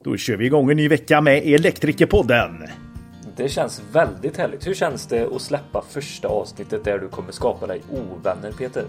Då kör vi igång en ny vecka med Elektrikerpodden. Det känns väldigt härligt. Hur känns det att släppa första avsnittet där du kommer skapa dig ovänner, Peter?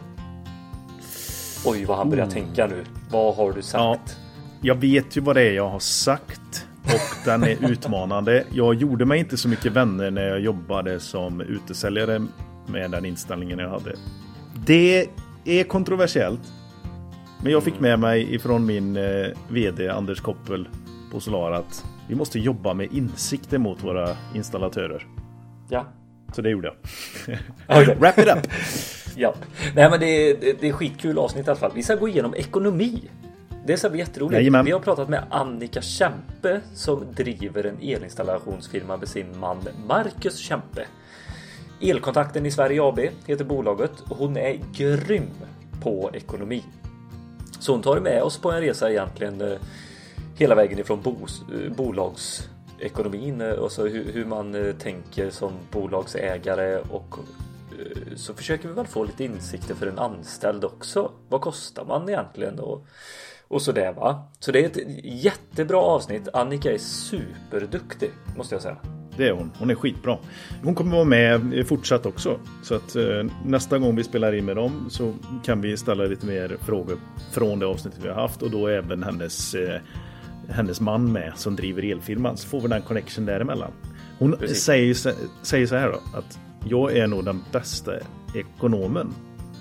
Oj, vad han börjar tänka nu. Vad har du sagt? Ja, jag vet ju vad det är jag har sagt. Och den är utmanande. Jag gjorde mig inte så mycket vänner när jag jobbade som utesäljare med den inställningen jag hade. Det är kontroversiellt. Men jag fick med mig ifrån min vd Anders Koppel på Solar att vi måste jobba med insikter mot våra installatörer. Ja. Så det gjorde jag. Okay. Wrap it up! Ja. Nej, men det är skitkul avsnitt i alla fall. Vi ska gå igenom ekonomi. Det ska bli jätteroligt. Jajamän. Vi har pratat med Annika Kempe som driver en elinstallationsfirma med sin man Marcus Kempe. Elkontakten i Sverige AB heter bolaget och hon är grym på ekonomi. Så hon tar med oss på en resa egentligen hela vägen ifrån bolagsekonomin och så hur man tänker som bolagsägare, och så försöker vi väl få lite insikter för en anställd också. Vad kostar man egentligen och så där, va? Så det är ett jättebra avsnitt. Annika är superduktig, måste jag säga. Det är hon. Hon är skitbra. Hon kommer vara med fortsatt också. Så att nästa gång vi spelar in med dem så kan vi ställa lite mer frågor från det avsnittet vi har haft. Och då även hennes man med som driver elfirman. Så får vi den connection däremellan. Hon säger så här då, att jag är nog den bästa ekonomen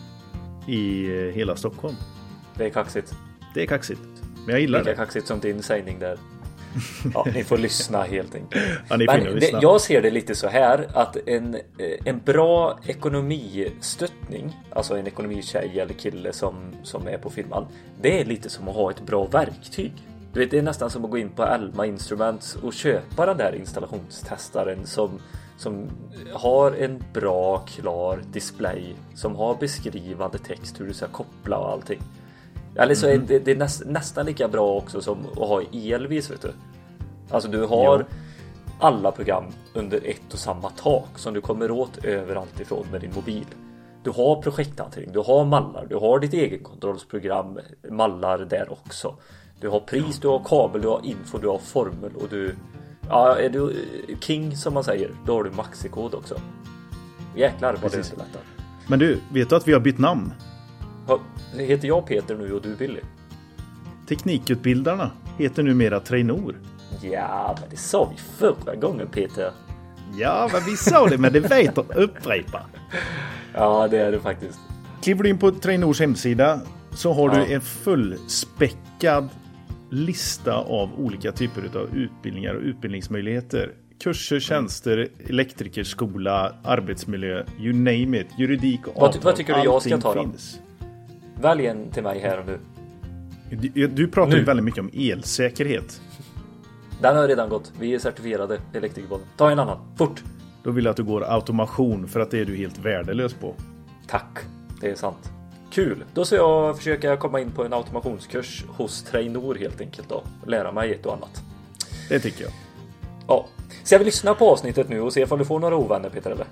i hela Stockholm. Det är kaxigt. Det är kaxigt. Men jag gillar det. Det är kaxigt som din sägning där. Ja, ni får lyssna helt enkelt. Ja, men jag ser det lite så här att en bra ekonomistöttning, alltså en ekonomitjej eller kille som är på firman, det är lite som att ha ett bra verktyg. Du vet, det är nästan som att gå in på Alma Instruments och köpa den där installationstestaren som har en bra, klar display, som har beskrivande text, hur du ska koppla och allting. Eller så är det nästan lika bra också som att ha elvis, vet du. Alltså du har alla program under ett och samma tak som du kommer åt överallt ifrån med din mobil. Du har projekthantering, du har mallar, du har ditt egenkontrollsprogram, mallar där också. Du har pris, du har kabel, du har info, du har formel och är du king som man säger, då har du maxikod också. Jäklar vad det underlättar. Men du, vet du att vi har bytt namn? Heter jag Peter nu och du Billy? Teknikutbildarna heter numera Trainor. Ja, men det sa vi förra gången, Peter. Ja, men vi sa det, men det vet att upprepa. Ja, det är det faktiskt. Kliver du in på Trainors hemsida så har du en fullspäckad lista av olika typer av utbildningar och utbildningsmöjligheter. Kurser, tjänster, elektrikerskola, arbetsmiljö, you name it, juridik och avtal. Vad tycker du jag ska ta då? Finns. Välj en till mig här och nu. Du pratar ju väldigt mycket om elsäkerhet. Den har redan gått. Vi är certifierade elektrikerbollen. Ta en annan, fort. Då vill jag att du går automation, för att det är du helt värdelös på. Tack, det är sant. Kul, då ska jag försöka komma in på en automationskurs hos Trainor helt enkelt då. Lära mig ett och annat. Det tycker jag. Ja, så jag vill lyssna på avsnittet nu och se om du får några ovänner, Peter, eller?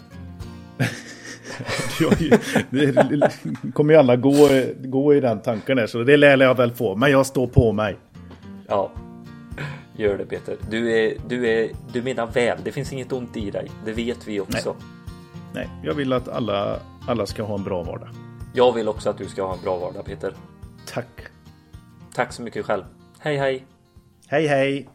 Det kommer ju alla gå i den tanken där, så det lär jag väl få. Men jag står på mig. Ja, gör det, Peter. Du menar väl. Det finns inget ont i dig. Det vet vi också. Nej, jag vill att alla ska ha en bra vardag. Jag vill också att du ska ha en bra vardag, Peter. Tack. Tack så mycket själv. Hej, hej. Hej, hej.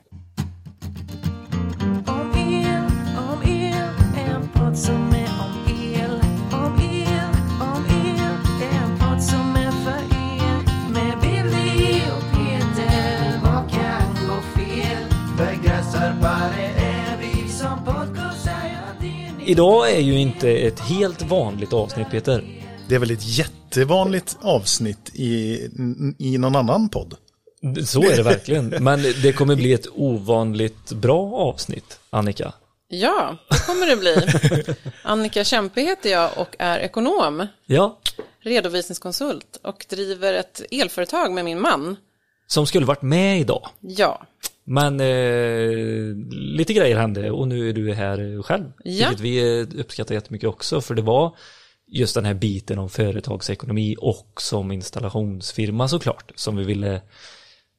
Om el, en podd som är om el. Om el, en podd som är för er. Med Billy och Peter, vad kan gå fel? Begränsarbare är vi som podcastar. Idag är ju inte ett helt vanligt avsnitt, Peter. Det är väl ett jättevanligt avsnitt i någon annan podd. Så är det verkligen. Men det kommer bli ett ovanligt bra avsnitt, Annika. Ja, det kommer det bli. Annika Kempe heter jag och är ekonom. Ja. Redovisningskonsult och driver ett elföretag med min man. Som skulle varit med idag. Ja. Men lite grejer hände och nu är du här själv. Ja. Vilket vi uppskattar jättemycket också, för det var just den här biten om företagsekonomi och som installationsfirma såklart som vi ville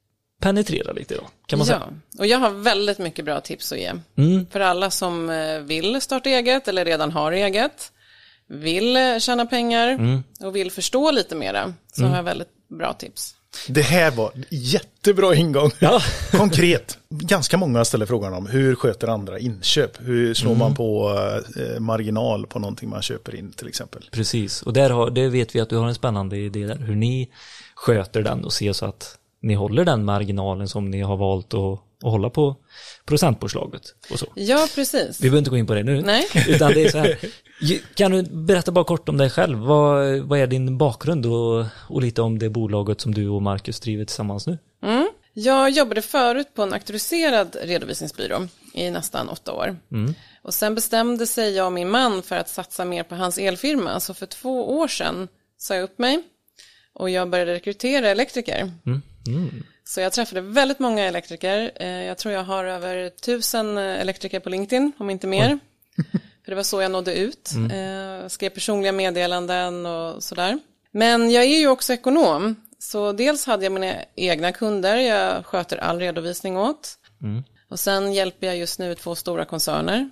penetrera lite då, kan man säga. Och jag har väldigt mycket bra tips att ge. För alla som vill starta eget eller redan har eget, vill tjäna pengar och vill förstå lite mera, så har jag väldigt bra tips. Det här var jättebra ingång. Ja. Konkret. Ganska många ställer frågan om hur sköter andra inköp? Hur slår man på marginal på någonting man köper in till exempel? Precis, och det vet vi att du har en spännande idé där. Hur ni sköter den och ser så att ni håller den marginalen som ni har valt att hålla på procentpåslaget och så. Ja, precis. Vi behöver inte gå in på det nu. Nej. Utan det är så här. Kan du berätta bara kort om dig själv? Vad är din bakgrund och lite om det bolaget som du och Marcus driver tillsammans nu? Jag jobbade förut på en auktoriserad redovisningsbyrå i nästan 8 år. Och sen bestämde sig jag och min man för att satsa mer på hans elfirma. Så för 2 år sedan sa jag upp mig och jag började rekrytera elektriker. Så jag träffade väldigt många elektriker. Jag tror jag har över 1000 elektriker på LinkedIn, om inte mer. För det var så jag nådde ut. Skrev personliga meddelanden och sådär. Men jag är ju också ekonom. Så dels hade jag mina egna kunder. Jag sköter all redovisning åt. Och sen hjälper jag just nu 2 stora koncerner.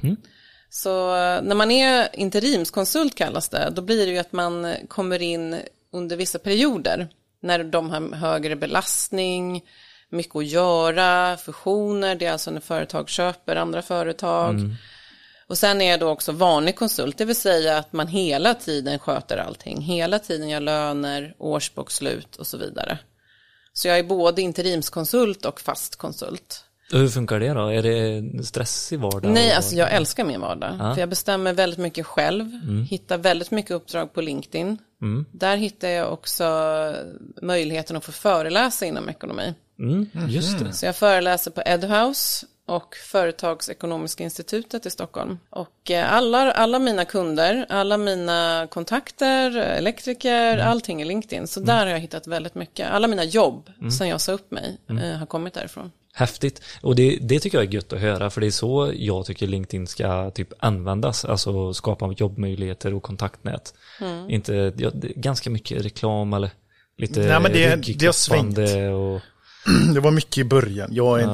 Så när man är interimskonsult kallas det. Då blir det ju att man kommer in under vissa perioder. När de har högre belastning, mycket att göra, fusioner. Det är alltså när företag köper andra företag. Och sen är jag då också vanlig konsult, det vill säga att man hela tiden sköter allting. Hela tiden gör löner, årsbokslut och så vidare. Så jag är både interimskonsult och fast konsult. Och hur funkar det då? Är det stress i vardagen? Nej, alltså jag älskar min vardag. För jag bestämmer väldigt mycket själv. Hittar väldigt mycket uppdrag på LinkedIn. Där hittar jag också möjligheten att få föreläsa inom ekonomi. Just det. Så jag föreläser på Edhouse och Företagsekonomiska institutet i Stockholm. Och alla mina kunder, alla mina kontakter, elektriker, allting är LinkedIn. Så där har jag hittat väldigt mycket. Alla mina jobb sen jag sa upp mig har kommit därifrån. Häftigt. Och det tycker jag är gött att höra, för det är så jag tycker LinkedIn ska typ användas. Alltså skapa jobbmöjligheter och kontaktnät. Inte ganska mycket reklam eller lite det har svängt. Och... Det var mycket i början.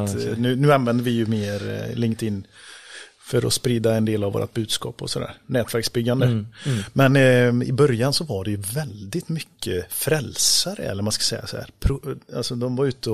Nu använder vi ju mer LinkedIn för att sprida en del av vårt budskap och sådär. Nätverksbyggande. Men i början så var det ju väldigt mycket frälsare, eller man ska säga så här. Alltså de var ute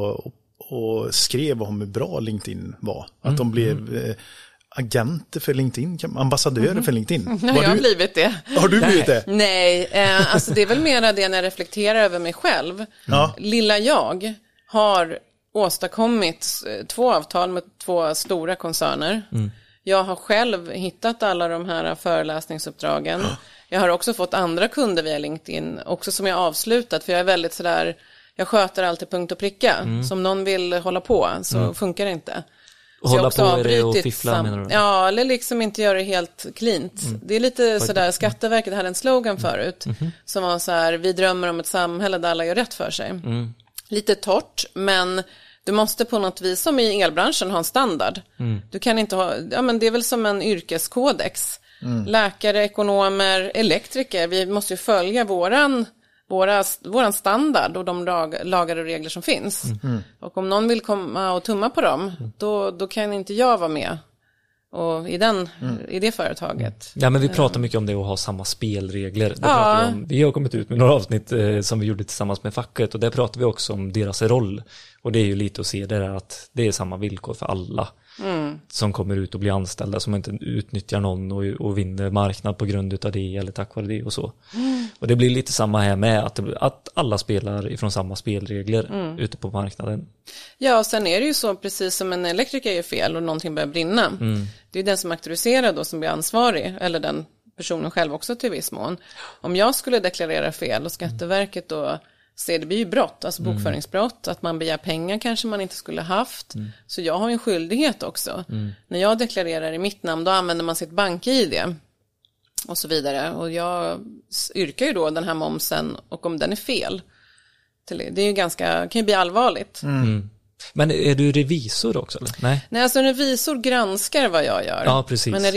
och skrev om hur bra LinkedIn var. Att de blev agenter för LinkedIn, ambassadörer för LinkedIn. Jag har blivit det. Har du blivit det? Nej, alltså det är väl mera det när jag reflekterar över mig själv. Lilla jag har åstadkommit 2 avtal med 2 stora koncerner. Jag har själv hittat alla de här föreläsningsuppdragen. Jag har också fått andra kunder via LinkedIn, också som jag avslutat, för jag är väldigt sådär, jag sköter alltid punkt och pricka. Som någon vill hålla på så funkar det inte. Och hålla på är det och fiffla, menar du? Ja, eller liksom inte göra det helt cleant. Det är lite sådär, Skatteverket hade en slogan förut som var så här: vi drömmer om ett samhälle där alla gör rätt för sig. Lite torrt, men du måste på något vis, som i elbranschen, ha en standard. Du kan inte ha, men det är väl som en yrkeskodex. Läkare, ekonomer, elektriker, vi måste ju följa våran standard och de lagar och regler som finns. Och om någon vill komma och tumma på dem, då kan inte jag vara med och i det företaget. Ja, men vi pratar mycket om det att ha samma spelregler. Det pratar vi har kommit ut med några avsnitt som vi gjorde tillsammans med facket, och där pratar vi också om deras roll. Och det är ju lite att se det där att det är samma villkor för alla som kommer ut och blir anställda, som inte utnyttjar någon och vinner marknad på grund av det eller tack vare det och så. Och det blir lite samma här med att alla spelar ifrån samma spelregler ute på marknaden. Ja, och sen är det ju så, precis som en elektriker gör fel och någonting börjar brinna. Det är den som auktoriserar då som blir ansvarig, eller den personen själv också till viss mån. Om jag skulle deklarera fel och Skatteverket då ser det blir ju brott, alltså bokföringsbrott, att man begär pengar kanske man inte skulle haft. Så jag har ju en skyldighet också. När jag deklarerar i mitt namn, då använder man sitt bank-ID och så vidare. Och jag yrkar ju då den här momsen, och om den är fel, det är ju kan ju bli allvarligt. Men är du revisor också, eller? Nej, alltså en revisor granskar vad jag gör. Ja, precis. Men en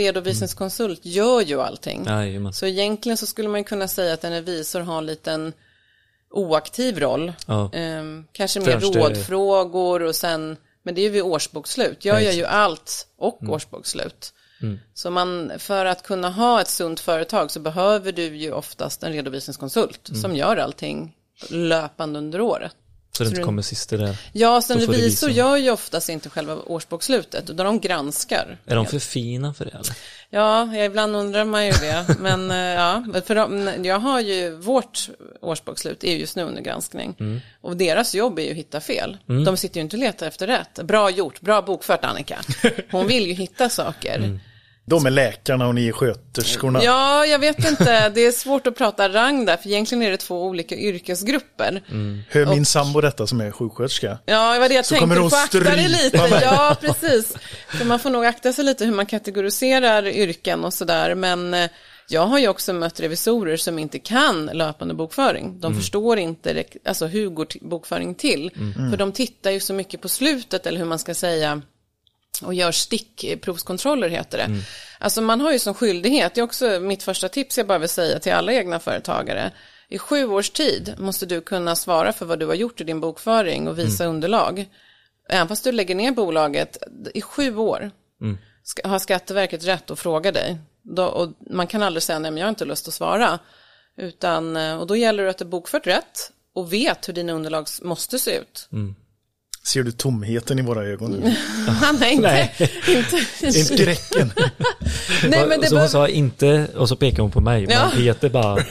redovisningskonsult gör ju allting. Ja, så egentligen så skulle man kunna säga att en revisor har en liten oaktiv roll. Ja. Kanske mer rådfrågor och sen, men det är ju vid årsbokslut. Jag gör ju allt och årsbokslut. Så för att kunna ha ett sunt företag så behöver du ju oftast en redovisningskonsult som gör allting löpande under året. Så det inte kommer sist i det. Ja, sen revisor gör ju oftast inte själva årsbokslutet utan de granskar. Är de för fina för det eller? Ja, ibland undrar man ju det. Men jag har ju, vårt årsbokslut är just nu under granskning. Och deras jobb är ju att hitta fel. De sitter ju inte och letar efter rätt. Bra gjort, bra bokfört Annika. Hon vill ju hitta saker. De är läkarna och ni är sköterskorna. Ja, jag vet inte. Det är svårt att prata rang där, för egentligen är det 2 olika yrkesgrupper. Hör min sambo detta som är sjuksköterska? Ja, det var det jag tänkte. Du får akta dig lite. Mig. Ja, precis. Så man får nog akta sig lite hur man kategoriserar yrken och sådär. Men jag har ju också mött revisorer som inte kan löpande bokföring. De förstår inte alltså, hur går bokföring till. För de tittar ju så mycket på slutet, eller hur man ska säga, och gör stickprovskontroller heter det. Alltså man har ju som skyldighet, det är också mitt första tips jag bara vill säga till alla egna företagare. I 7 års tid måste du kunna svara för vad du har gjort i din bokföring och visa underlag. Även fast du lägger ner bolaget, i 7 år har Skatteverket rätt att fråga dig. Och man kan aldrig säga nej men jag har inte lust att svara. Och då gäller det att du bokfört rätt och vet hur dina underlag måste se ut. Ser du tomheten i våra ögon nu? Nej, inte skräcken. Nej, men det så hon sa inte, och så pekar hon på mig. Ja. Men Peter bara...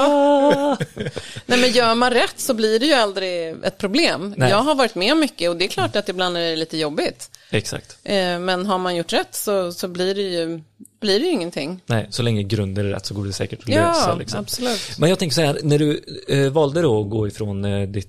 Nej, men gör man rätt så blir det ju aldrig ett problem. Nej. Jag har varit med mycket och det är klart att ibland är det lite jobbigt. Exakt. Men har man gjort rätt så blir det ju ingenting. Nej, så länge grunden är rätt så går det säkert att lösa. Ja, liksom. absolut. Men jag tänker så här, när du valde då att gå ifrån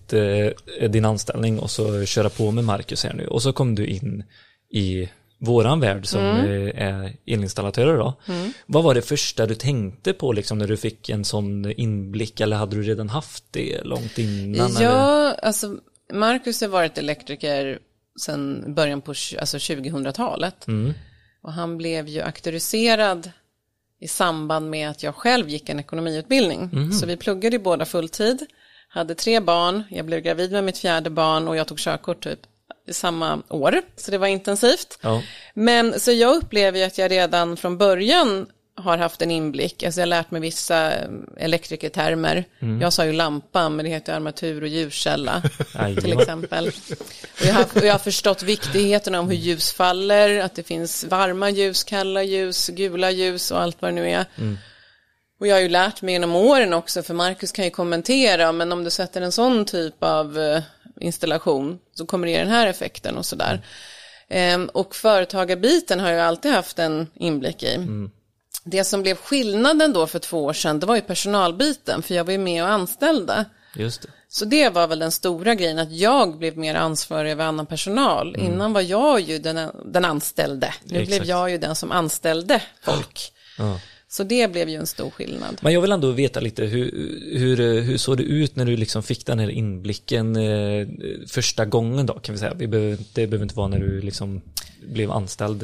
din anställning och så köra på med Marcus här nu. Och så kom du in i våran värld som är elinstallatörer då. Vad var det första du tänkte på liksom, när du fick en sån inblick, eller hade du redan haft det långt innan? Ja, eller? alltså Marcus har varit elektriker sedan början på 2000-talet. Och han blev ju auktoriserad i samband med att jag själv gick en ekonomiutbildning. Så vi pluggade båda fulltid, hade 3 barn, jag blev gravid med mitt 4:e barn och jag tog körkort typ i samma år. Så det var intensivt. Ja. Men så jag upplever ju att jag redan från början har haft en inblick. Alltså jag har lärt mig vissa elektrikertermer. Jag sa ju lampa, men det heter armatur och ljuskälla till exempel. Och jag har förstått viktigheten om hur ljus faller, att det finns varma ljus, kalla ljus, gula ljus och allt vad det nu är. Och jag har ju lärt mig genom åren också, för Marcus kan ju kommentera, men om du sätter en sån typ av installation så kommer det ge den här effekten och sådär. Och företagarbiten har jag alltid haft en inblick i. Det som blev skillnaden då för 2 år sedan, det var ju personalbiten, för jag var ju med och anställda. Just det. Så det var väl den stora grejen, att jag blev mer ansvarig över annan personal. Innan var jag ju den anställde. Nu blev jag ju den som anställde folk. Ja. Så det blev ju en stor skillnad. Men jag vill ändå veta lite, hur såg det ut när du liksom fick den här inblicken första gången då, kan vi säga. Det behöver inte vara när du liksom blev anställd.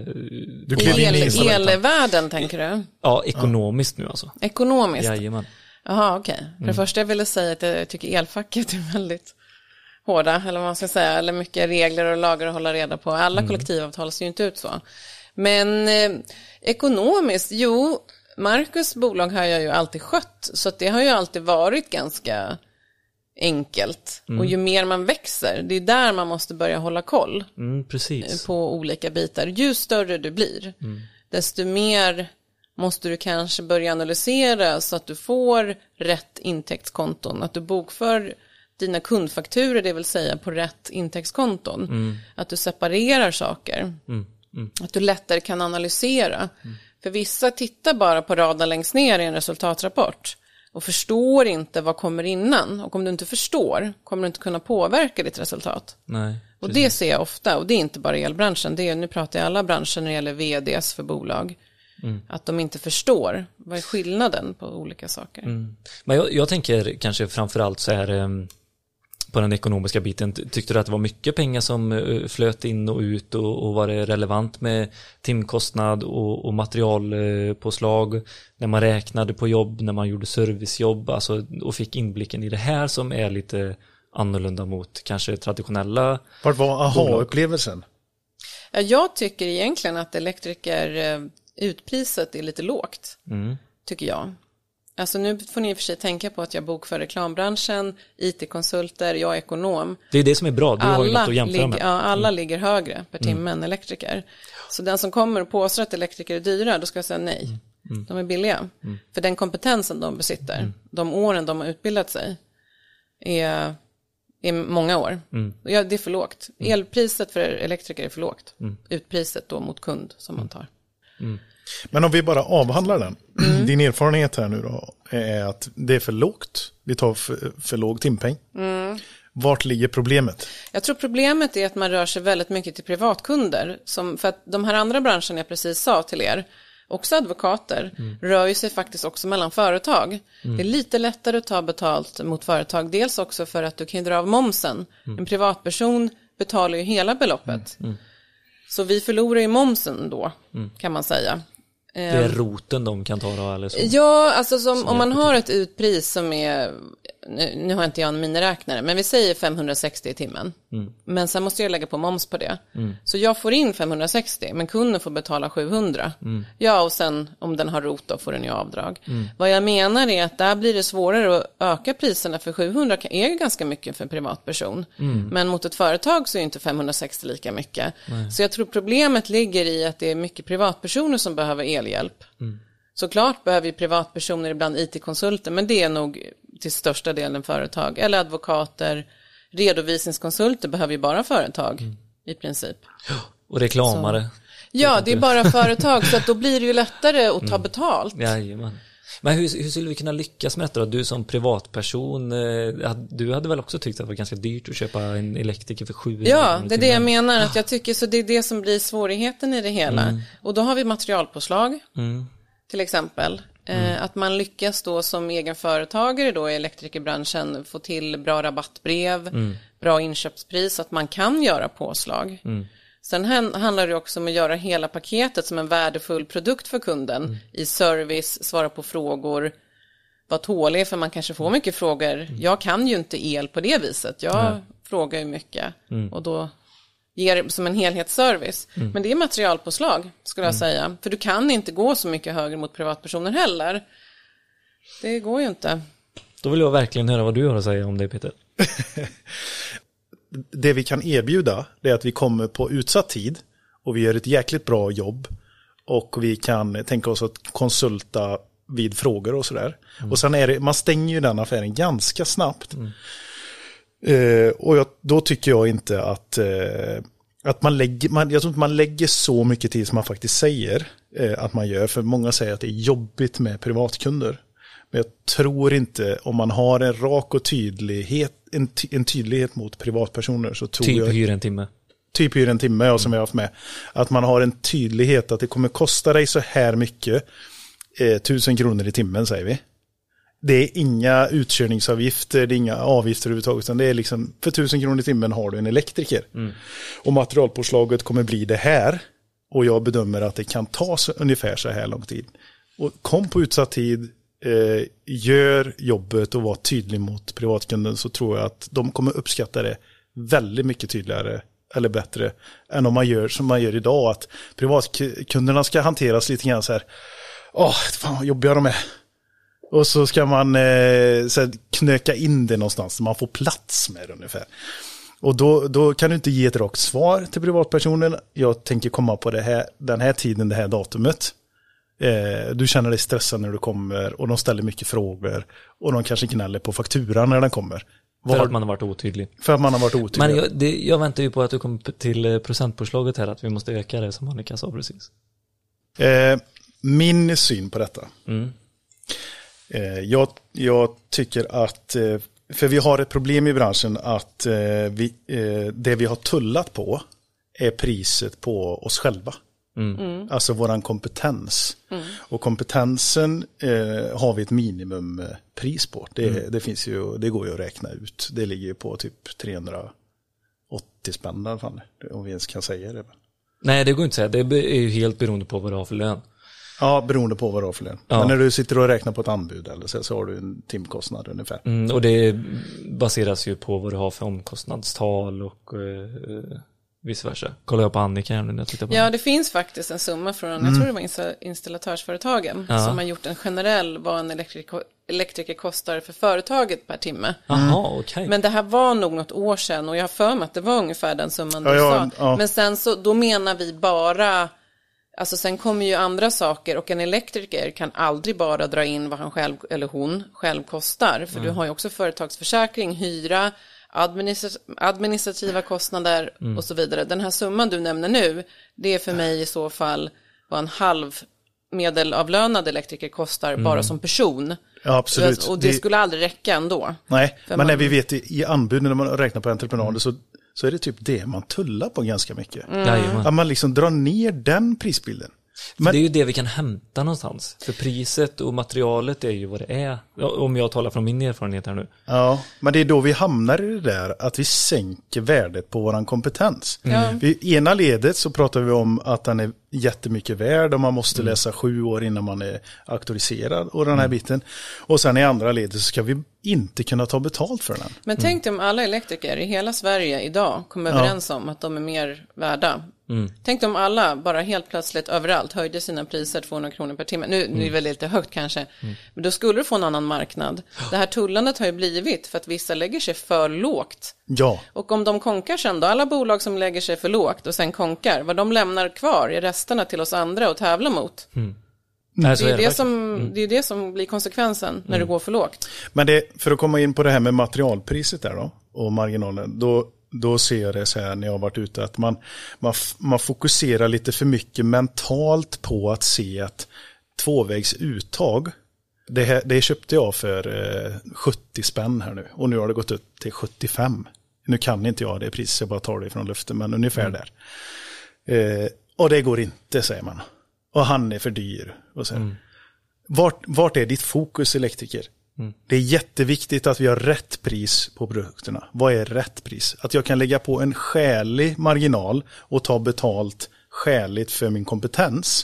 Du klev in i elvärlden, tänker du? Ja, ekonomiskt nu alltså. Ekonomiskt? Jajamän. Jaha, okej. För det första jag ville säga att jag tycker elfacket är väldigt hårda, eller vad man ska säga, eller mycket regler och lagar att hålla reda på. Alla kollektivavtal ser ju inte ut så. Men ekonomiskt, jo, Marcus bolag har jag ju alltid skött, så att det har ju alltid varit ganska enkelt. Och ju mer man växer, det är där man måste börja hålla koll precis. på olika bitar. Ju större du blir, desto mer måste du kanske börja analysera så att du får rätt intäktskonton, att du bokför dina kundfakturer, det vill säga på rätt intäktskonton. Att du separerar saker. Att du lättare kan analysera. För vissa tittar bara på raden längst ner i en resultatrapport och förstår inte vad kommer innan. Och om du inte förstår kommer du inte kunna påverka ditt resultat. Nej, och det ser jag ofta, och det är inte bara elbranschen. Nu pratar jag alla branscher när det gäller vds för bolag. Att de inte förstår vad är skillnaden på olika saker. Men jag tänker kanske framförallt så här, på den ekonomiska biten. Tyckte du att det var mycket pengar som flöt in och ut och var det relevant med timkostnad och materialpåslag när man räknade på jobb, när man gjorde servicejobb, alltså, och fick inblicken i det här som är lite annorlunda mot kanske traditionella. Vad var aha-upplevelsen? Ja, jag tycker egentligen att elektriker utpriset är lite lågt, tycker jag. Alltså nu får ni i och för sig tänka på att jag bokför reklambranschen, IT-konsulter, jag är ekonom. Det är det som är bra, du har ju något att jämföra med. Ja, alla ligger högre per timme än elektriker. Så den som kommer och påstår att elektriker är dyra, då ska jag säga nej. De är billiga. För den kompetensen de besitter, de åren de har utbildat sig, är många år. Ja, det är för lågt. Elpriset för elektriker är för lågt. Utpriset då mot kund som man tar. Men om vi bara avhandlar den. Din erfarenhet här nu då är att det är för lågt. Vi tar för låg timpeng. Vart ligger problemet? Jag tror problemet är att man rör sig väldigt mycket till privatkunder. För att de här andra branscherna jag precis sa till er, också advokater, rör ju sig faktiskt också mellan företag. Det är lite lättare att ta betalt mot företag. Dels också för att du kan dra av momsen. En privatperson betalar ju hela beloppet. Så vi förlorar ju momsen då, kan man säga. Det är roten de kan ta då, eller så? Ja, alltså om man har ett utpris som är, nu har inte jag en miniräknare, men vi säger 560 i timmen. Men sen måste jag lägga på moms på det. Så jag får in 560, men kunden får betala 700. Ja, och sen om den har rot då får den ju avdrag. Vad jag menar är att där blir det svårare att öka priserna, för 700 är ju ganska mycket för en privatperson. Men mot ett företag så är inte 560 lika mycket. Så jag tror problemet ligger i att det är mycket privatpersoner som behöver elhjälp. Såklart behöver ju privatpersoner ibland IT-konsulter, men det är nog till största delen företag. Eller advokater, redovisningskonsulter behöver ju bara företag i princip. Och reklamare. Så. Ja, det är bara företag, så att då blir det ju lättare att ta betalt. Jajamän. Men hur skulle vi kunna lyckas med detta då? Du som privatperson, du hade väl också tyckt att det var ganska dyrt att köpa en elektriker för 700? Ja, det är det jag menar, att jag tycker så det är det som blir svårigheten i det hela. Och då har vi materialpåslag, till exempel. Att man lyckas då som egen företagare då i elektrikerbranschen få till bra rabattbrev, bra inköpspris, att man kan göra påslag. Sen handlar det också om att göra hela paketet som en värdefull produkt för kunden i service, svara på frågor, vara tålig, för man kanske får mycket frågor. Jag kan ju inte el på det viset, jag frågar ju mycket och då ger det som en helhetsservice. Men det är materialpåslag skulle jag säga, för du kan inte gå så mycket högre mot privatpersoner heller. Det går ju inte. Då vill jag verkligen höra vad du har att säga om det, Peter. Det vi kan erbjuda är att vi kommer på utsatt tid och vi gör ett jäkligt bra jobb och vi kan tänka oss att konsulta vid frågor och sådär. Och sen är det, man stänger ju den affären ganska snabbt. Och då tycker jag inte att jag tror inte man lägger så mycket tid som man faktiskt säger att man gör. För många säger att det är jobbigt med privatkunder. Men jag tror inte, om man har en rak och tydlighet, en tydlighet mot privatpersoner, så tror jag... hyr en timme. Typ hyr en timme, ja, som jag har haft med. Att man har en tydlighet att det kommer kosta dig så här mycket, 1000 kronor i timmen säger vi. Det är inga utkörningsavgifter, det är inga avgifter överhuvudtaget, utan det är liksom, för 1000 kronor i timmen har du en elektriker. Och materialpåslaget kommer bli det här. Och jag bedömer att det kan ta ungefär så här lång tid. Och kom på utsatt tid, gör jobbet och var tydlig mot privatkunden, så tror jag att de kommer uppskatta det väldigt mycket tydligare eller bättre än om man gör som man gör idag, att privatkunderna ska hanteras lite grann så här, fan vad jobbiga de är. Och så ska man så här, knöka in det någonstans så man får plats med det ungefär. Och då kan du inte ge ett rakt svar till privatpersonen. Jag tänker komma på den här tiden, det här datumet. Du känner dig stressad när du kommer och de ställer mycket frågor och de kanske gnäller på fakturan när den kommer. För att man har varit otydlig. För att man har varit otydlig. Men jag väntar ju på att du kommer till procentpåslaget här, att vi måste öka det som Annika sa precis. Min syn på detta. Jag tycker att, för vi har ett problem i branschen att det vi har tullat på är priset på oss själva. Alltså våran kompetens. Och kompetensen har vi ett minimumpris på. Det finns ju, det går ju att räkna ut. Det ligger ju på typ 380 spänn i alla fall, om vi ens kan säga det. Nej, det går inte att säga. Det är ju helt beroende på vad du har för lön. Ja, beroende på vad du har för lön. Men när du sitter och räknar på ett anbud eller så har du en timkostnad ungefär. Och det baseras ju på vad du har för omkostnadstal och vice versa. Kollar jag på Annika här nu när jag tittar på Ja, det finns faktiskt en summa från, jag tror det var installatörsföretagen som har gjort en generell vad en elektriker kostar för företaget per timme. Jaha, okej. Men det här var nog något år sedan och jag har för mig att det var ungefär den summan du sa. Ja. Men sen så, då menar vi bara, alltså sen kommer ju andra saker och en elektriker kan aldrig bara dra in vad han själv eller hon själv kostar. För du har ju också företagsförsäkring, hyra, administrativa kostnader och så vidare. Den här summan du nämner nu, det är för mig i så fall vad en halv medelavlönad elektriker kostar bara som person. Ja, absolut. Och det skulle aldrig räcka ändå. Nej, men när vi vet i anbuden när man räknar på entreprenader så är det typ det man tullar på ganska mycket. Att man liksom drar ner den prisbilden. Men det är ju det vi kan hämta någonstans. För priset och materialet är ju vad det är. Om jag talar från min erfarenhet här nu. Ja, men det är då vi hamnar i det där att vi sänker värdet på våran kompetens. I ena ledet så pratar vi om att den är jättemycket värd och man måste läsa 7 år innan man är auktoriserad och den här biten. Och sen i andra ledet så ska vi inte kunna ta betalt för den. Men tänk dig om alla elektriker i hela Sverige idag kommer överens om att de är mer värda. Tänk om alla bara helt plötsligt överallt höjde sina priser 200 kronor per timme. Nu är det väl lite högt kanske. Men då skulle du få en annan marknad. Det här tullandet har ju blivit för att vissa lägger sig för lågt. Ja. Och om de konkar sen då, alla bolag som lägger sig för lågt och sen konkar, vad de lämnar kvar är resterna till oss andra att tävla mot. Det är det som blir konsekvensen när det går för lågt. Men för att komma in på det här med materialpriset där då, och marginalen, då ser jag det så här när jag har varit ute att man fokuserar lite för mycket mentalt på att se att tvåvägsuttag, det köpte jag för 70 spänn här nu och nu har det gått upp till 75. Nu kan inte jag det priset, jag bara tar det från luften, men ungefär där. Och det går inte, säger man. Och han är för dyr. Och så. Vart är ditt fokus, elektriker? Det är jätteviktigt att vi har rätt pris på produkterna. Vad är rätt pris? Att jag kan lägga på en skälig marginal och ta betalt skäligt för min kompetens.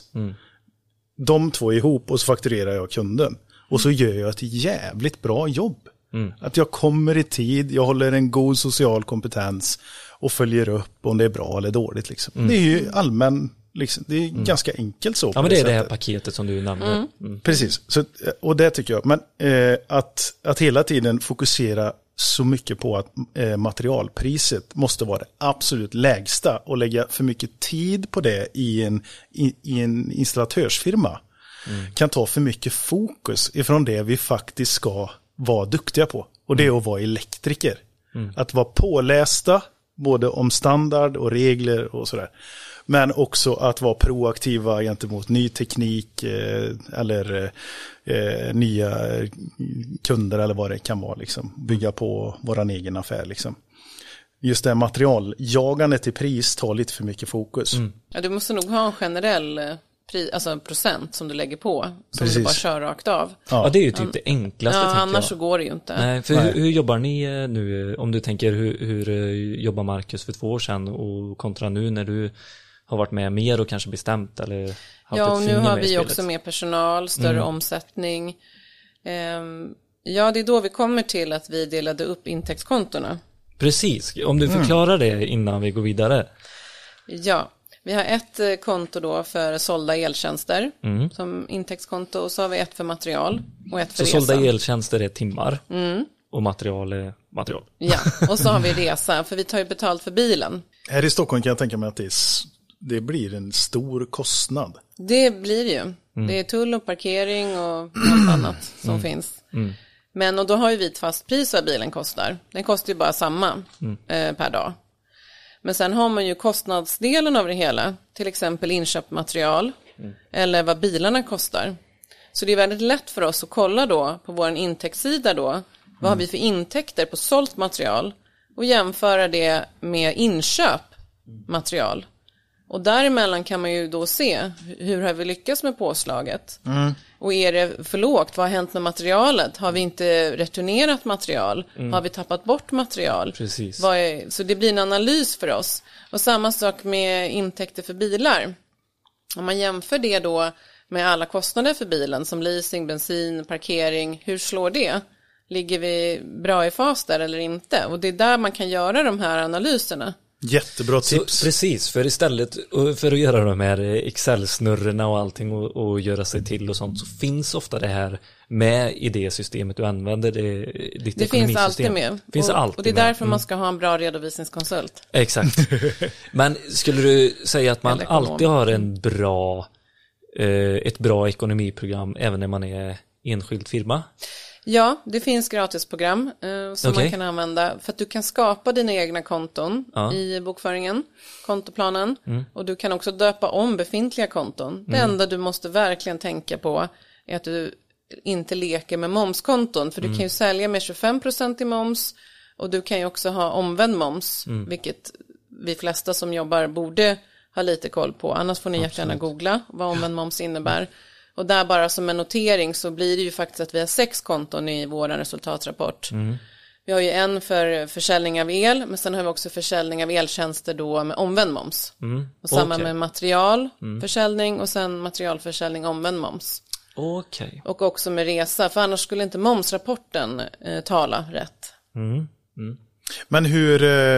De två ihop och så fakturerar jag kunden. Och så gör jag ett jävligt bra jobb. Att jag kommer i tid, jag håller en god social kompetens och följer upp om det är bra eller dåligt. Liksom. Det är ju allmän... Liksom, det är ganska enkelt så. Ja, men det är det här paketet som du nämnde. Precis, så, och det tycker jag. Men att hela tiden fokusera så mycket på att materialpriset måste vara det absolut lägsta och lägga för mycket tid på det i en installatörsfirma kan ta för mycket fokus ifrån det vi faktiskt ska vara duktiga på. Och det är att vara elektriker. Att vara pålästa både om standard och regler och sådär. Men också att vara proaktiva gentemot ny teknik eller nya kunder eller vad det kan vara. Liksom. Bygga på våran egen affär. Liksom. Just det materialjagandet i pris tar lite för mycket fokus. Ja, du måste nog ha en generell alltså procent som du lägger på. Som Precis. du bara kör rakt av. Ja, det är ju typ det enklaste. Ja, annars så går det ju inte. Nej, för hur jobbar ni nu? Om du tänker hur jobbar Marcus för 2 år sedan och kontra nu när du har varit med mer och kanske bestämt eller haft ja, och ett nu har vi spelet. också mer personal, större omsättning. Ja, det är då vi kommer till att vi delade upp intäktskontona. Precis, om du förklarar det innan vi går vidare. Ja, vi har ett konto då för sålda eltjänster som intäktskonto och så har vi ett för material och ett för så resa. sålda eltjänster är timmar och material är material. Ja, och så har vi resa för vi tar ju betalt för bilen. Här i Stockholm kan jag tänka mig att det blir en stor kostnad. Det blir ju. Det är tull och parkering och allt annat som finns. Men och då har ju vi ett fast pris vad bilen kostar. Den kostar ju bara samma per dag. Men sen har man ju kostnadsdelen av det hela. Till exempel inköpt material. Eller vad bilarna kostar. Så det är väldigt lätt för oss att kolla då på vår intäktssida då. Vad har vi för intäkter på sålt material. Och jämföra det med inköp material. Och däremellan kan man ju då se hur har vi lyckats med påslaget. Och är det för lågt? Vad har hänt med materialet? Har vi inte returnerat material? Har vi tappat bort material? Precis. Så det blir en analys för oss. Och samma sak med intäkter för bilar. Om man jämför det då med alla kostnader för bilen som leasing, bensin, parkering. Hur slår det? Ligger vi bra i fas där eller inte? Och det är där man kan göra de här analyserna. Jättebra tips. Så, precis, för istället för att göra de här Excel-snurrorna och allting och göra sig till och sånt, så finns ofta det här med i det systemet du använder. Det finns alltid med. Finns alltid och det är därför man ska ha en bra redovisningskonsult. Exakt. Men skulle du säga att man alltid har ett bra ekonomiprogram även när man är enskild firma? Ja, det finns gratisprogram som man kan använda för att du kan skapa dina egna konton i bokföringen, kontoplanen, och du kan också döpa om befintliga konton. Det enda du måste verkligen tänka på är att du inte leker med momskonton, för du kan ju sälja med 25% i moms och du kan ju också ha omvänd moms, vilket vi flesta som jobbar borde ha lite koll på. Annars får ni gärna googla vad omvänd moms innebär. Och där bara som en notering så blir det ju faktiskt att vi har 6 konton i vår resultatrapport. Vi har ju en för försäljning av el, men sen har vi också försäljning av eltjänster då med omvänd moms. Och samma med materialförsäljning och sen materialförsäljning omvänd moms. Och också med resa, för annars skulle inte momsrapporten tala rätt. Men hur...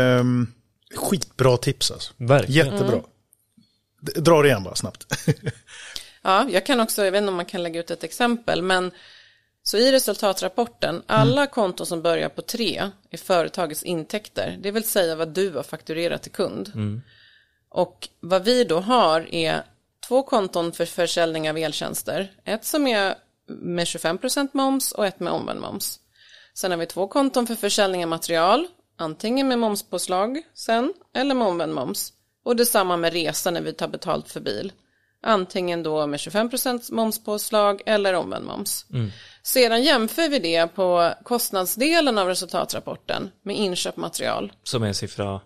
skitbra tips alltså. Verkligen. Jättebra. Dra det igen bara snabbt. Ja, jag kan också, jag vet inte om man kan lägga ut ett exempel, men så i resultatrapporten, alla konton som börjar på 3 är företagets intäkter, det vill säga vad du har fakturerat till kund. Och vad vi då har är 2 konton för försäljning av eltjänster, ett som är med 25% moms och ett med omvänd moms. Sen har vi 2 konton för försäljning av material, antingen med momspåslag sen eller med omvänd moms. Och detsamma med resa när vi tar betalt för bil. Antingen då med 25% momspåslag eller omvänd moms. Sedan jämför vi det på kostnadsdelen av resultatrapporten med inköpt material. Som är siffra?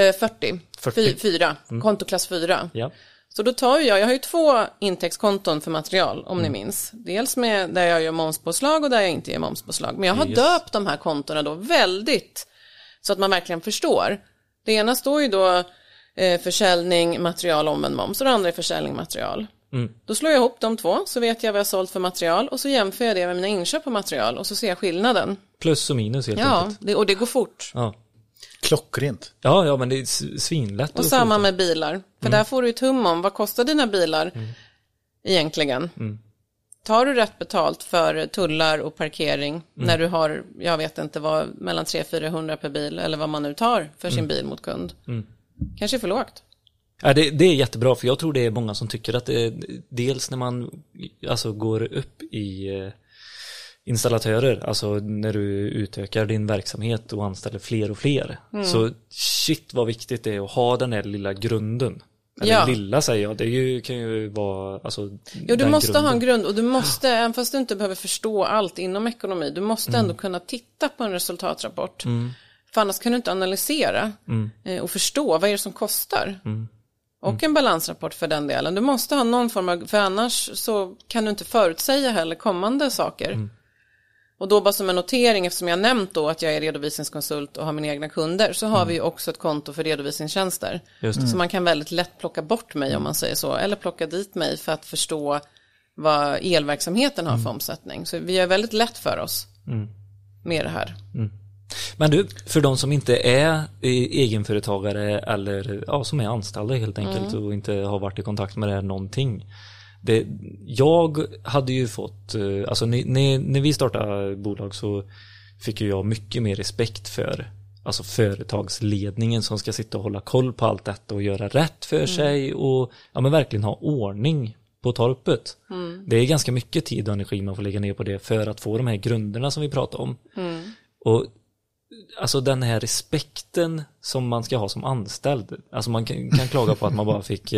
40. 4. Kontoklass 4. Ja. Så då tar jag har ju 2 intäktskonton för material om ni minns. Dels med där jag gör momspåslag och där jag inte gör momspåslag. Men jag har döpt de här kontona då väldigt så att man verkligen förstår. Det ena står ju då försäljning, material, omvänd moms och det andra är försäljning, material. Då slår jag ihop de 2 så vet jag vad jag sålt för material och så jämför jag det med mina inköp på material och så ser jag skillnaden. Plus och minus helt enkelt. Och det går fort. Ja. Klockrent. Ja, men det är svinlätt. Och samma med bilar. För där får du ett hum om vad kostar dina bilar egentligen. Tar du rätt betalt för tullar och parkering när du har, jag vet inte vad, mellan 300-400 per bil eller vad man nu tar för sin bil mot kund. Kanske för lågt. Ja, det är jättebra, för jag tror det är många som tycker att dels när man går upp i installatörer, alltså när du utökar din verksamhet och anställer fler och fler, så shit vad viktigt det är att ha den här lilla grunden. Eller lilla säger jag, kan ju vara du måste ha en grund och du måste, även fast du inte behöver förstå allt inom ekonomi, du måste ändå kunna titta på en resultatrapport. För annars kan du inte analysera och förstå vad är det som kostar. Och en balansrapport för den delen. Du måste ha någon form av, för annars så kan du inte förutsäga heller kommande saker. Och då bara som en notering, eftersom jag nämnt då att jag är redovisningskonsult och har mina egna kunder, så har vi ju också ett konto för redovisningstjänster. Så man kan väldigt lätt plocka bort mig om man säger så, eller plocka dit mig för att förstå vad elverksamheten har för omsättning. Så vi gör väldigt lätt för oss med det här. Men du, för de som inte är egenföretagare eller som är anställda helt enkelt och inte har varit i kontakt med det här någonting. Jag hade ju fått, när vi startade bolag så fick ju jag mycket mer respekt för företagsledningen som ska sitta och hålla koll på allt detta och göra rätt för sig och men verkligen ha ordning på torpet. Det är ganska mycket tid och energi man får lägga ner på det för att få de här grunderna som vi pratar om. Och den här respekten som man ska ha som anställd. Alltså man kan klaga på att man bara fick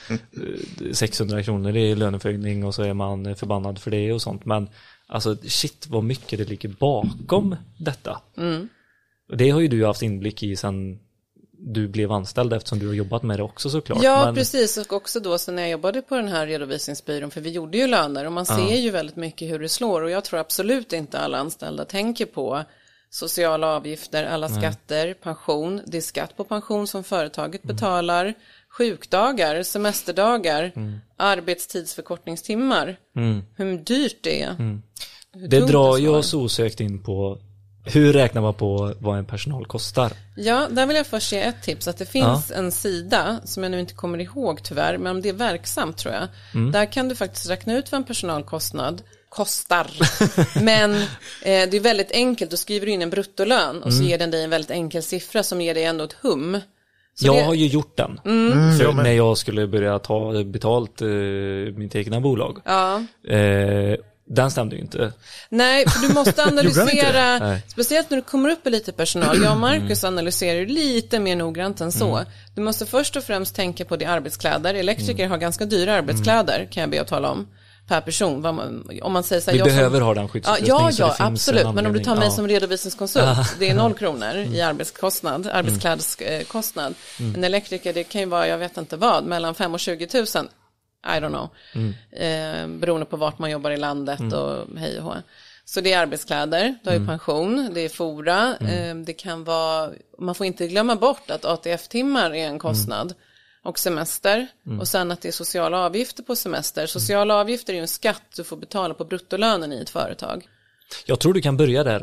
600 kronor i löneförhöjning och så är man förbannad för det och sånt. Men shit vad mycket det ligger bakom detta. Och det har ju du haft inblick i sen du blev anställd eftersom du har jobbat med det också såklart. Ja, men... precis. Och också då så när jag jobbade på den här redovisningsbyrån, för vi gjorde ju löner och man ser ju väldigt mycket hur det slår. Och jag tror absolut inte alla anställda tänker på sociala avgifter, alla skatter, pension. Det är skatt på pension som företaget betalar, sjukdagar, semesterdagar, arbetstidsförkortningstimmar. Hur dyrt det är. Det drar ju oss osökt in på hur räknar man på vad en personal kostar? Ja, där vill jag först ge ett tips. Att det finns en sida som jag nu inte kommer ihåg tyvärr, men om det är verksamt tror jag. Där kan du faktiskt räkna ut vad en personalkostnad kostar. Men det är väldigt enkelt. Du skriver in en bruttolön och så ger den dig en väldigt enkel siffra som ger dig ändå ett hum. Så jag har ju gjort den. För när jag skulle börja ta betalt mitt egna bolag. Ja. Den stämde ju inte. Nej, för du måste analysera, speciellt när du kommer upp i lite personal. Jag och Marcus analyserar lite mer noggrant än så. Du måste först och främst tänka på det arbetskläder. Elektriker har ganska dyra arbetskläder, kan jag be att tala om, per person. Om man säger så här, vi behöver ha den skyddsutrustning. Ja, absolut. Men om du tar mig som redovisningskonsult, det är 0 kronor i arbetsklädskostnad. En elektriker, det kan ju vara, jag vet inte vad, mellan 5 och 20 000. I don't know. Beroende på vart man jobbar i landet och hej och hå. Så det är arbetskläder, då är pension, det är fora, det kan vara, man får inte glömma bort att ATF-timmar är en kostnad och semester och sen att det är sociala avgifter på semester. Sociala avgifter är ju en skatt du får betala på bruttolönen i ett företag. Jag tror du kan börja där.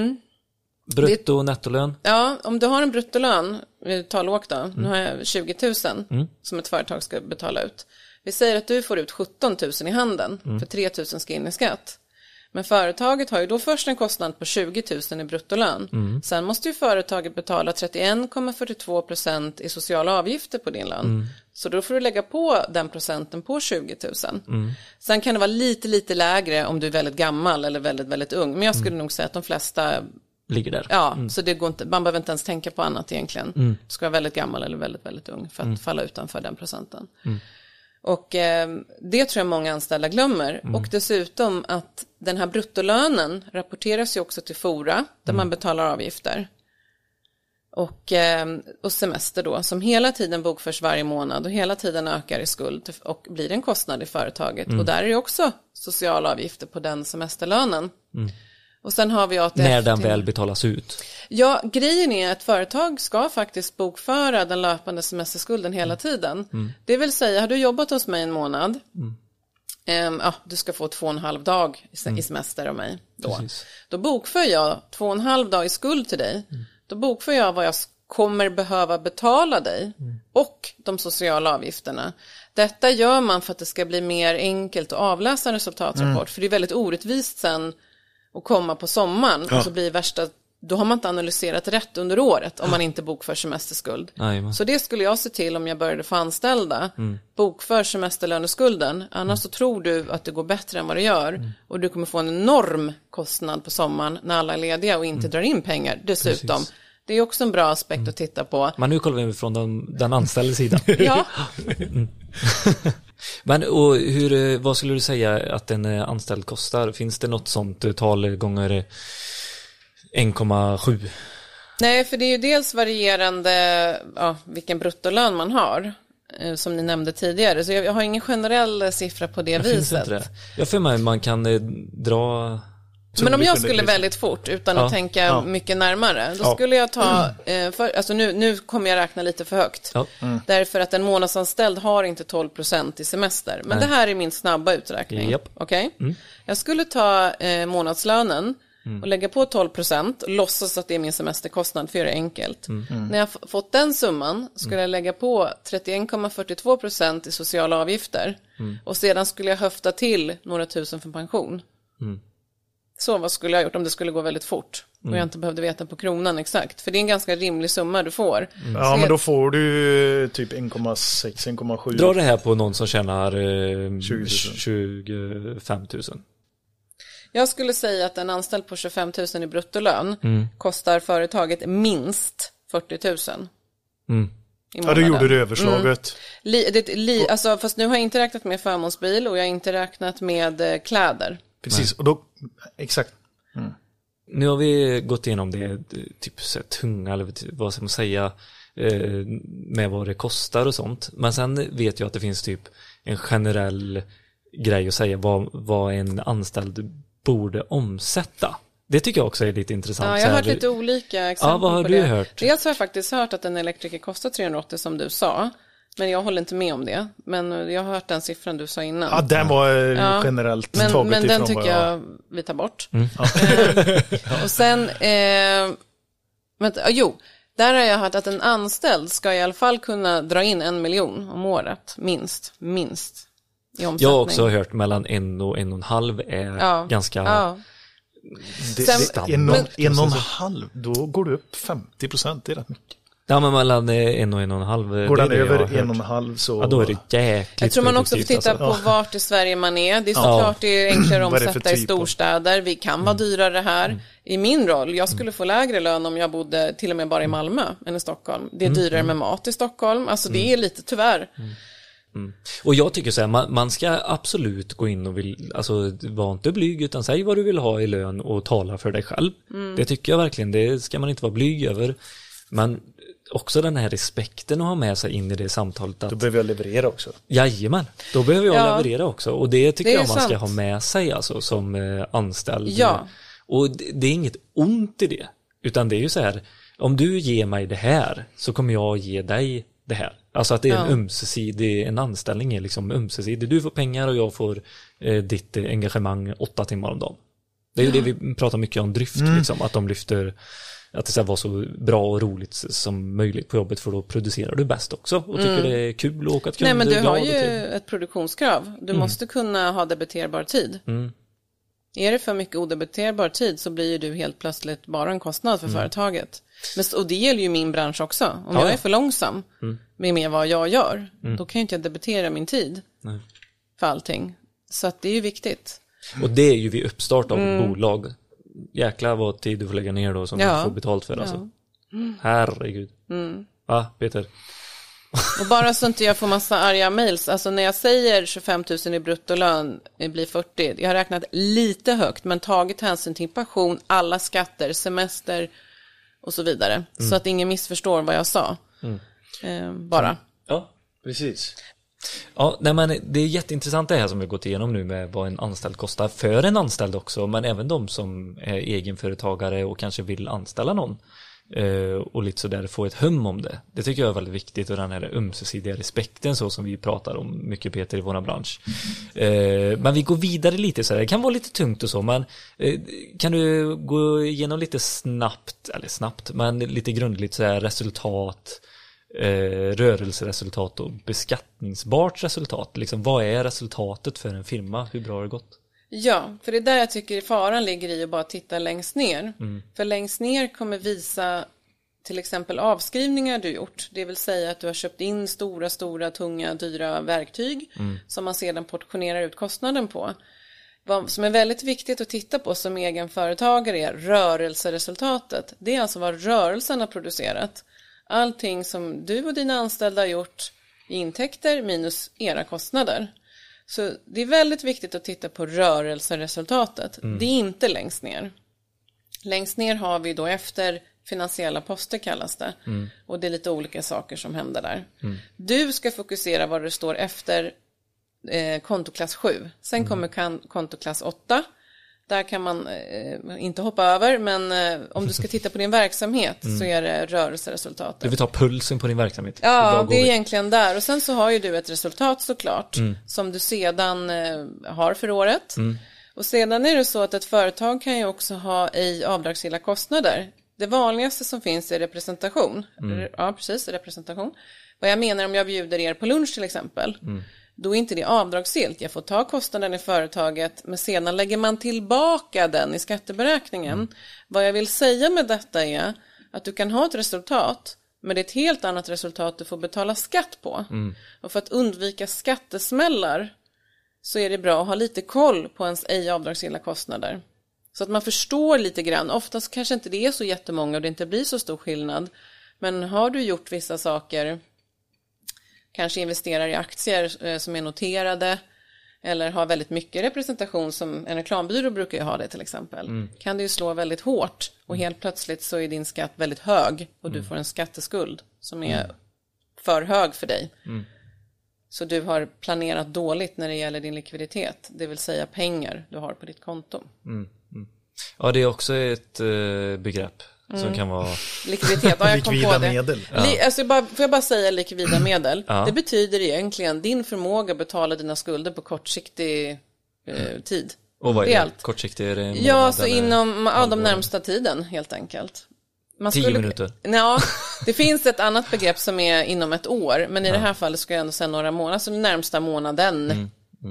Brutto och nettolön. Ja, om du har en bruttolön, vi tar lågt då, nu har jag 20 000 som ett företag ska betala ut. Vi säger att du får ut 17 000 i handen för 3 000 ska in i skatt. Men företaget har ju då först en kostnad på 20 000 i bruttolön. Sen måste ju företaget betala 31,42% i sociala avgifter på din lön. Så då får du lägga på den procenten på 20 000. Sen kan det vara lite lägre om du är väldigt gammal eller väldigt, väldigt ung. Men jag skulle nog säga att de flesta ligger där. Ja, så det går inte, man behöver inte ens tänka på annat egentligen. Du ska vara väldigt gammal eller väldigt, väldigt ung för att falla utanför den procenten. Och det tror jag många anställda glömmer. Och dessutom att den här bruttolönen rapporteras ju också till fora där man betalar avgifter. Och semester då som hela tiden bokförs varje månad och hela tiden ökar i skuld och blir en kostnad i företaget. Och där är det också sociala avgifter på den semesterlönen. Och sen har vi ATF. När den väl betalas ut. Ja, grejen är att företag ska faktiskt bokföra den löpande semesterskulden hela tiden. Det vill säga, har du jobbat hos mig en månad, du ska få 2,5 dag i semester av mig. Då bokför jag 2,5 dag i skuld till dig. Då bokför jag vad jag kommer behöva betala dig och de sociala avgifterna. Detta gör man för att det ska bli mer enkelt att avläsa en resultatrapport. För det är väldigt orättvist sen att komma på sommaren och så blir värsta, då har man inte analyserat rätt under året om man inte bokför semesterskuld. Så det skulle jag se till om jag började få anställda. Bokför semesterlöneskulden, annars så tror du att det går bättre än vad det gör. Och du kommer få en enorm kostnad på sommaren när alla är lediga och inte drar in pengar dessutom. Precis. Det är också en bra aspekt att titta på. Men nu kollar vi från den anställda sidan. Ja. Men och vad skulle du säga att en anställd kostar? Finns det något sånt tal gånger 1,7? Nej, för det är ju dels varierande vilken bruttolön man har, som ni nämnde tidigare. Så jag har ingen generell siffra på det viset. Finns inte det? Jag för mig man kan dra... Men om jag skulle väldigt fort utan att tänka mycket närmare, då skulle jag ta, alltså nu kommer jag räkna lite för högt. Därför att en månadsanställd har inte 12% i semester. Men det här är min snabba uträkning. Okej? Jag skulle ta månadslönen och lägga på 12% och låtsas att det är min semesterkostnad för att göra det enkelt. När jag fått den summan skulle jag lägga på 31,42% i sociala avgifter. Och sedan skulle jag höfta till några tusen för pension. Så vad skulle jag gjort om det skulle gå väldigt fort och jag inte behövde veta på kronan exakt, för det är en ganska rimlig summa du får. Ja, men då får du typ 1,6, 1,7. Dra det här på någon som tjänar 25 000. Jag skulle säga att en anställd på 25 000 i bruttolön kostar företaget minst 40 000. Ja, du gjorde det överslaget. Alltså, fast nu har jag inte räknat med förmånsbil och jag har inte räknat med kläder. Precis, och då, exakt. Nu har vi gått igenom det typ så tunga, eller vad ska man säga, med vad det kostar och sånt. Men sen vet jag att det finns typ en generell grej att säga vad en anställd borde omsätta. Det tycker jag också är lite intressant. Ja, jag har hört lite olika exempel vad har på du det. hört? Dels har jag faktiskt hört att en elektriker kostar 380 som du sa. Men jag håller inte med om det. Men jag har hört den siffran du sa innan. Ja, den var generellt taget men den ifrån tycker jag vi tar bort. Och sen, där har jag hört att en anställd ska i alla fall kunna dra in 1 miljon om året. Minst i omsättning. Jag har också hört mellan 1 och 1,5 är ganska... Ja. En och en halv, då går du upp 50%, det är rätt mycket. Ja, men mellan 1 och 1,5. Går den över 1,5 så... Ja, då är det jäkligt. Jag tror man också får titta på vart i Sverige man är. Det är såklart det är enklare att omsätta i storstäder. Vi kan vara dyrare här. I min roll, jag skulle få lägre lön om jag bodde till och med bara i Malmö än i Stockholm. Det är dyrare med mat i Stockholm. Alltså det är lite tyvärr. Och jag tycker så här, man ska absolut gå in och vara inte blyg, utan säg vad du vill ha i lön och tala för dig själv. Det tycker jag verkligen, det ska man inte vara blyg över. Men också den här respekten att ha med sig in i det samtalet. Då behöver jag leverera också. Jajamän, då behöver jag leverera också. Och det tycker jag man ska sant. ha med sig alltså, som anställd. Ja. Och det är inget ont i det. Utan det är ju så här, om du ger mig det här så kommer jag ge dig det här. Alltså att det är en anställning är liksom ömsesidig. Du får pengar och jag får ditt engagemang 8 timmar om dagen. Det är ju det vi pratar mycket om dryft liksom, att de lyfter att det ska vara så bra och roligt som möjligt på jobbet, för då producerar du bäst också och tycker det är kul att åka till kunder. Nej, men du har ju ett produktionskrav. Du måste kunna ha debiterbar tid. Är det för mycket odebiterbar tid så blir ju du helt plötsligt bara en kostnad för företaget. Och det gäller ju min bransch också. Om jag är för långsam med vad jag gör, då kan ju inte jag debitera min tid för allting. Så att det är ju viktigt. Och det är ju vid uppstart av ett bolag. Jäklar vad tid du får lägga ner då som du får betalt för. Alltså. Herregud. Peter. Och bara så inte jag får massa arga mails. Alltså när jag säger 25 000 i bruttolön blir 40. Jag har räknat lite högt, men tagit hänsyn till pension, alla skatter, semester och så vidare. Så att ingen missförstår vad jag sa. Bara. Ja, precis. Ja, nej, men det är jätteintressant det här som vi gått igenom nu med vad en anställd kostar för en anställd också, men även de som är egenföretagare och kanske vill anställa någon och lite så där få ett hum om det. Det tycker jag är väldigt viktigt, och den här ömsesidiga respekten så som vi pratar om mycket, Peter, i vår bransch. Men vi går vidare lite så här. Det kan vara lite tungt och så, men kan du gå igenom lite snabbt, men lite grundligt så här resultat, rörelseresultat och beskattningsbart resultat. Liksom, vad är resultatet för en firma? Hur bra har det gått? Ja, för det är där jag tycker faran ligger i att bara titta längst ner. För längst ner kommer visa till exempel avskrivningar du gjort. Det vill säga att du har köpt in stora, tunga, dyra verktyg som man sedan portionerar ut kostnaden på. Vad som är väldigt viktigt att titta på som egenföretagare är rörelseresultatet. Det är alltså vad rörelsen har producerat. Allting som du och dina anställda har gjort i intäkter minus era kostnader. Så det är väldigt viktigt att titta på rörelseresultatet. Det är inte längst ner. Längst ner har vi då efter finansiella poster kallas det. Och det är lite olika saker som händer där. Du ska fokusera vad det står efter kontoklass 7. Sen kommer kontoklass 8. Där kan man inte hoppa över, men om du ska titta på din verksamhet så är det rörelseresultatet. Du vill ta pulsen på din verksamhet. Ja, det är egentligen där. Och sen så har ju du ett resultat såklart som du sedan har för året. Och sedan är det så att ett företag kan ju också ha ej avdragsgilla kostnader. Det vanligaste som finns är representation. Ja, precis, representation. Vad jag menar om jag bjuder er på lunch till exempel. Då är inte det avdragsgillt. Jag får ta kostnaden i företaget, men sedan lägger man tillbaka den i skatteberäkningen. Vad jag vill säga med detta är att du kan ha ett resultat, men det är ett helt annat resultat du får betala skatt på. Och för att undvika skattesmällar så är det bra att ha lite koll på ens ej avdragsgilla kostnader. Så att man förstår lite grann. Oftast kanske inte det är så jättemånga och det inte blir så stor skillnad. Men har du gjort vissa saker, kanske investerar i aktier som är noterade, eller har väldigt mycket representation, som en reklambyrå brukar ju ha det till exempel, kan det ju slå väldigt hårt och helt plötsligt så är din skatt väldigt hög och du får en skatteskuld som är för hög för dig. Så du har planerat dåligt när det gäller din likviditet, det vill säga pengar du har på ditt konto. Ja, det är också ett begrepp som kan vara likviditet. Ja, jag kom likvida på det. medel. Alltså, får jag bara säga likvida medel? Det betyder egentligen din förmåga att betala dina skulder på kortsiktig tid. Och vad är det? det? Allt. Kortsiktig, är det en Ja, månad så eller inom de närmsta tiden helt enkelt. 10 minuter. Ja, det finns ett annat begrepp som är inom ett år, men i det här fallet ska jag ändå säga några månader, så den närmsta månaden.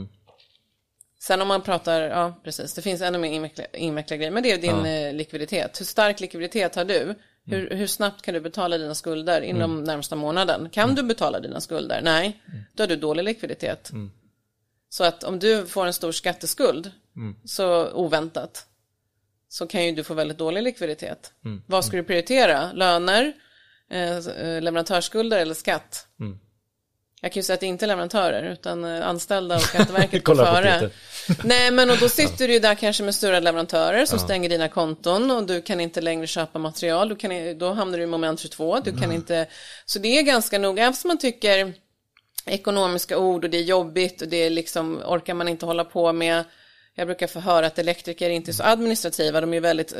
Sen om man pratar, ja precis, det finns ännu mer invecklade grejer, men det är din likviditet. Hur stark likviditet har du? Hur snabbt kan du betala dina skulder inom närmsta månaden? Kan du betala dina skulder? Nej, då har du dålig likviditet. Så att om du får en stor skatteskuld, så oväntat, så kan ju du få väldigt dålig likviditet. Vad ska du prioritera? Löner, leverantörsskulder eller skatt? Jag kan ju säga att det inte är leverantörer utan anställda och Skatteverket går före. Nej, men och då sitter du ju där kanske med stora leverantörer som stänger dina konton och du kan inte längre köpa material. Då hamnar du i moment 22. Du kan inte, så det är ganska noga. Även om man tycker ekonomiska ord och det är jobbigt och det är liksom, orkar man inte hålla på med. Jag brukar få höra att elektriker inte är så administrativa. De är väldigt,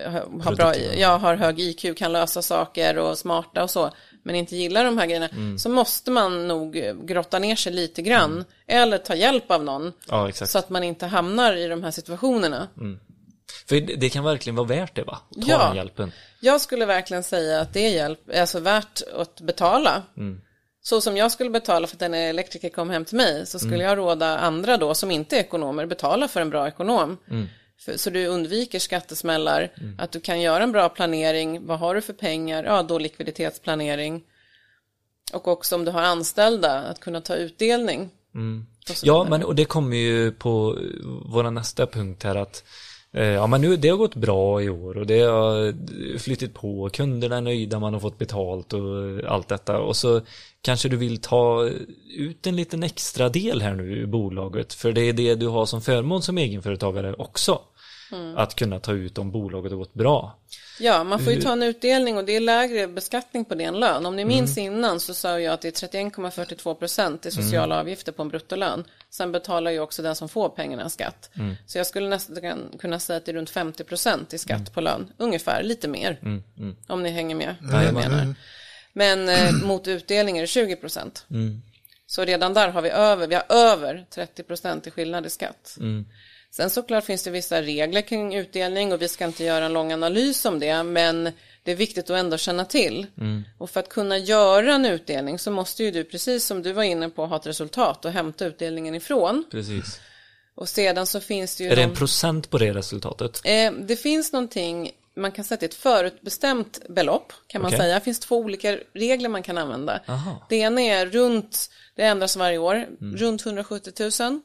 har hög IQ, kan lösa saker och smarta och så. Men inte gillar de här grejerna. Så måste man nog grotta ner sig lite grann. Eller ta hjälp av någon. Ja, exakt. Så att man inte hamnar i de här situationerna. För det kan verkligen vara värt det, va? Ta den hjälpen. Jag skulle verkligen säga att det är alltså värt att betala. Så som jag skulle betala för att en elektriker kom hem till mig, så skulle jag råda andra då som inte är ekonomer betala för en bra ekonom. Så du undviker skattesmällar, att du kan göra en bra planering. Vad har du för pengar? Ja, då likviditetsplanering. Och också om du har anställda, att kunna ta utdelning. Ja, men och det kommer ju på vår nästa punkt här att ja, men nu det har gått bra i år och det har flyttat på, kunderna är nöjda, man har fått betalt och allt detta, och så kanske du vill ta ut en liten extra del här nu i bolaget, för det är det du har som förmån som egenföretagare också, att kunna ta ut om bolaget har gått bra. Ja, man får ju ta en utdelning och det är lägre beskattning på din lön. Om ni minns innan så sa jag att det är 31,42% i sociala avgifter på en bruttolön. Sen betalar ju också den som får pengarna skatt. Så jag skulle nästan kunna säga att det är runt 50% i skatt på lön. Ungefär, lite mer. Om ni hänger med vad jag menar. Men mot utdelning är det 20%. Så redan där har vi över 30% i skillnad i skatt. Sen såklart finns det vissa regler kring utdelning och vi ska inte göra en lång analys om det, men det är viktigt att ändå känna till. Och för att kunna göra en utdelning så måste ju du, precis som du var inne på, ha ett resultat och hämta utdelningen ifrån. Precis. Och sedan så finns det ju... Är det en procent på det resultatet? Det finns någonting, man kan säga att det är ett förutbestämt belopp kan man säga. Det finns 2 olika regler man kan använda. Det ena är det ändras varje år, runt 170 000.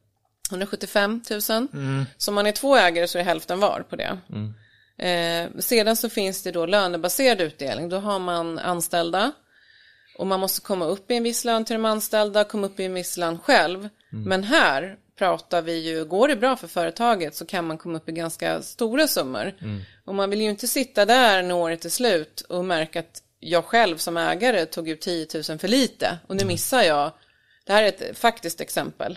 175 000. Så om man är 2 ägare så är hälften var på det. Sedan så finns det då lönebaserad utdelning. Då har man anställda och man måste komma upp i en viss lön till de anställda, komma upp i en viss lön själv. Men här pratar vi ju, går det bra för företaget så kan man komma upp i ganska stora summor. Och man vill ju inte sitta där när året är slut och märka att jag själv som ägare tog ut 10 000 för lite och nu missar jag. Det här är ett faktiskt exempel.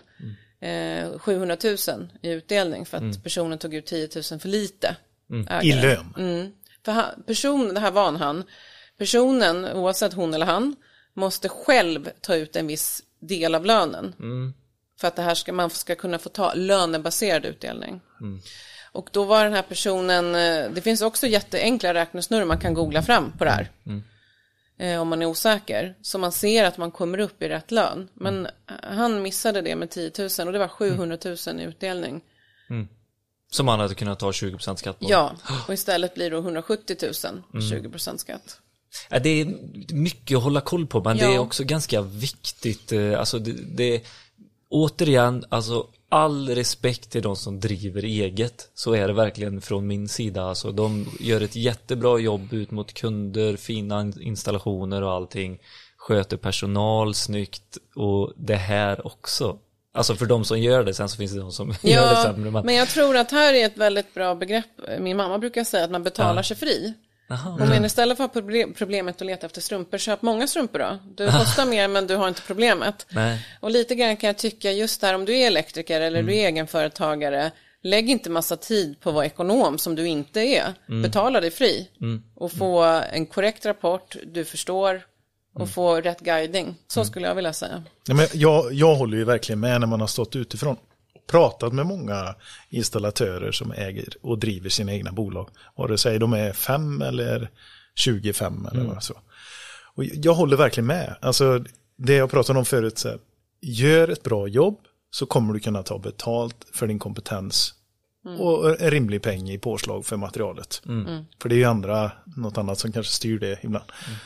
700 000 i utdelning för att personen tog ut 10 000 för lite. I lön. För det här var han. Personen, oavsett hon eller han, måste själv ta ut en viss del av lönen. För att man ska kunna få ta lönebaserad utdelning. Och då var den här personen, det finns också jätteenkla räknesnurror man kan googla fram på det här. Om man är osäker. Så man ser att man kommer upp i rätt lön. Men han missade det med 10 000 och det var 700 000 i utdelning. Som man hade kunnat ta 20% skatt på. Ja, och istället blir det 170 000 20% skatt. Det är mycket att hålla koll på, men det är också ganska viktigt. Alltså återigen, alltså all respekt till de som driver eget, så är det verkligen från min sida. Alltså, de gör ett jättebra jobb ut mot kunder, fina installationer och allting, sköter personal snyggt, och det här också. Alltså för de som gör det, sen så finns det de som gör det sämre. Men jag tror att här är ett väldigt bra begrepp. Min mamma brukar säga att man betalar sig fri. Men istället för att ha problemet att leta efter strumpor, köp många strumpor då. Du kostar mer men du har inte problemet. Nej. Och lite grann kan jag tycka just där om du är elektriker eller du är egenföretagare, lägg inte massa tid på att vara ekonom som du inte är. Betala dig fri och få en korrekt rapport, du förstår och få rätt guiding. Så skulle jag vilja säga. Ja, men jag håller ju verkligen med när man har stått utifrån. Pratat med många installatörer som äger och driver sina egna bolag. Och det säger de är 5 eller 25 eller vad så. Och jag håller verkligen med. Alltså det jag pratade om förut, så här, gör ett bra jobb så kommer du kunna ta betalt för din kompetens och en rimlig peng i påslag för materialet. För det är ju något annat som kanske styr det ibland.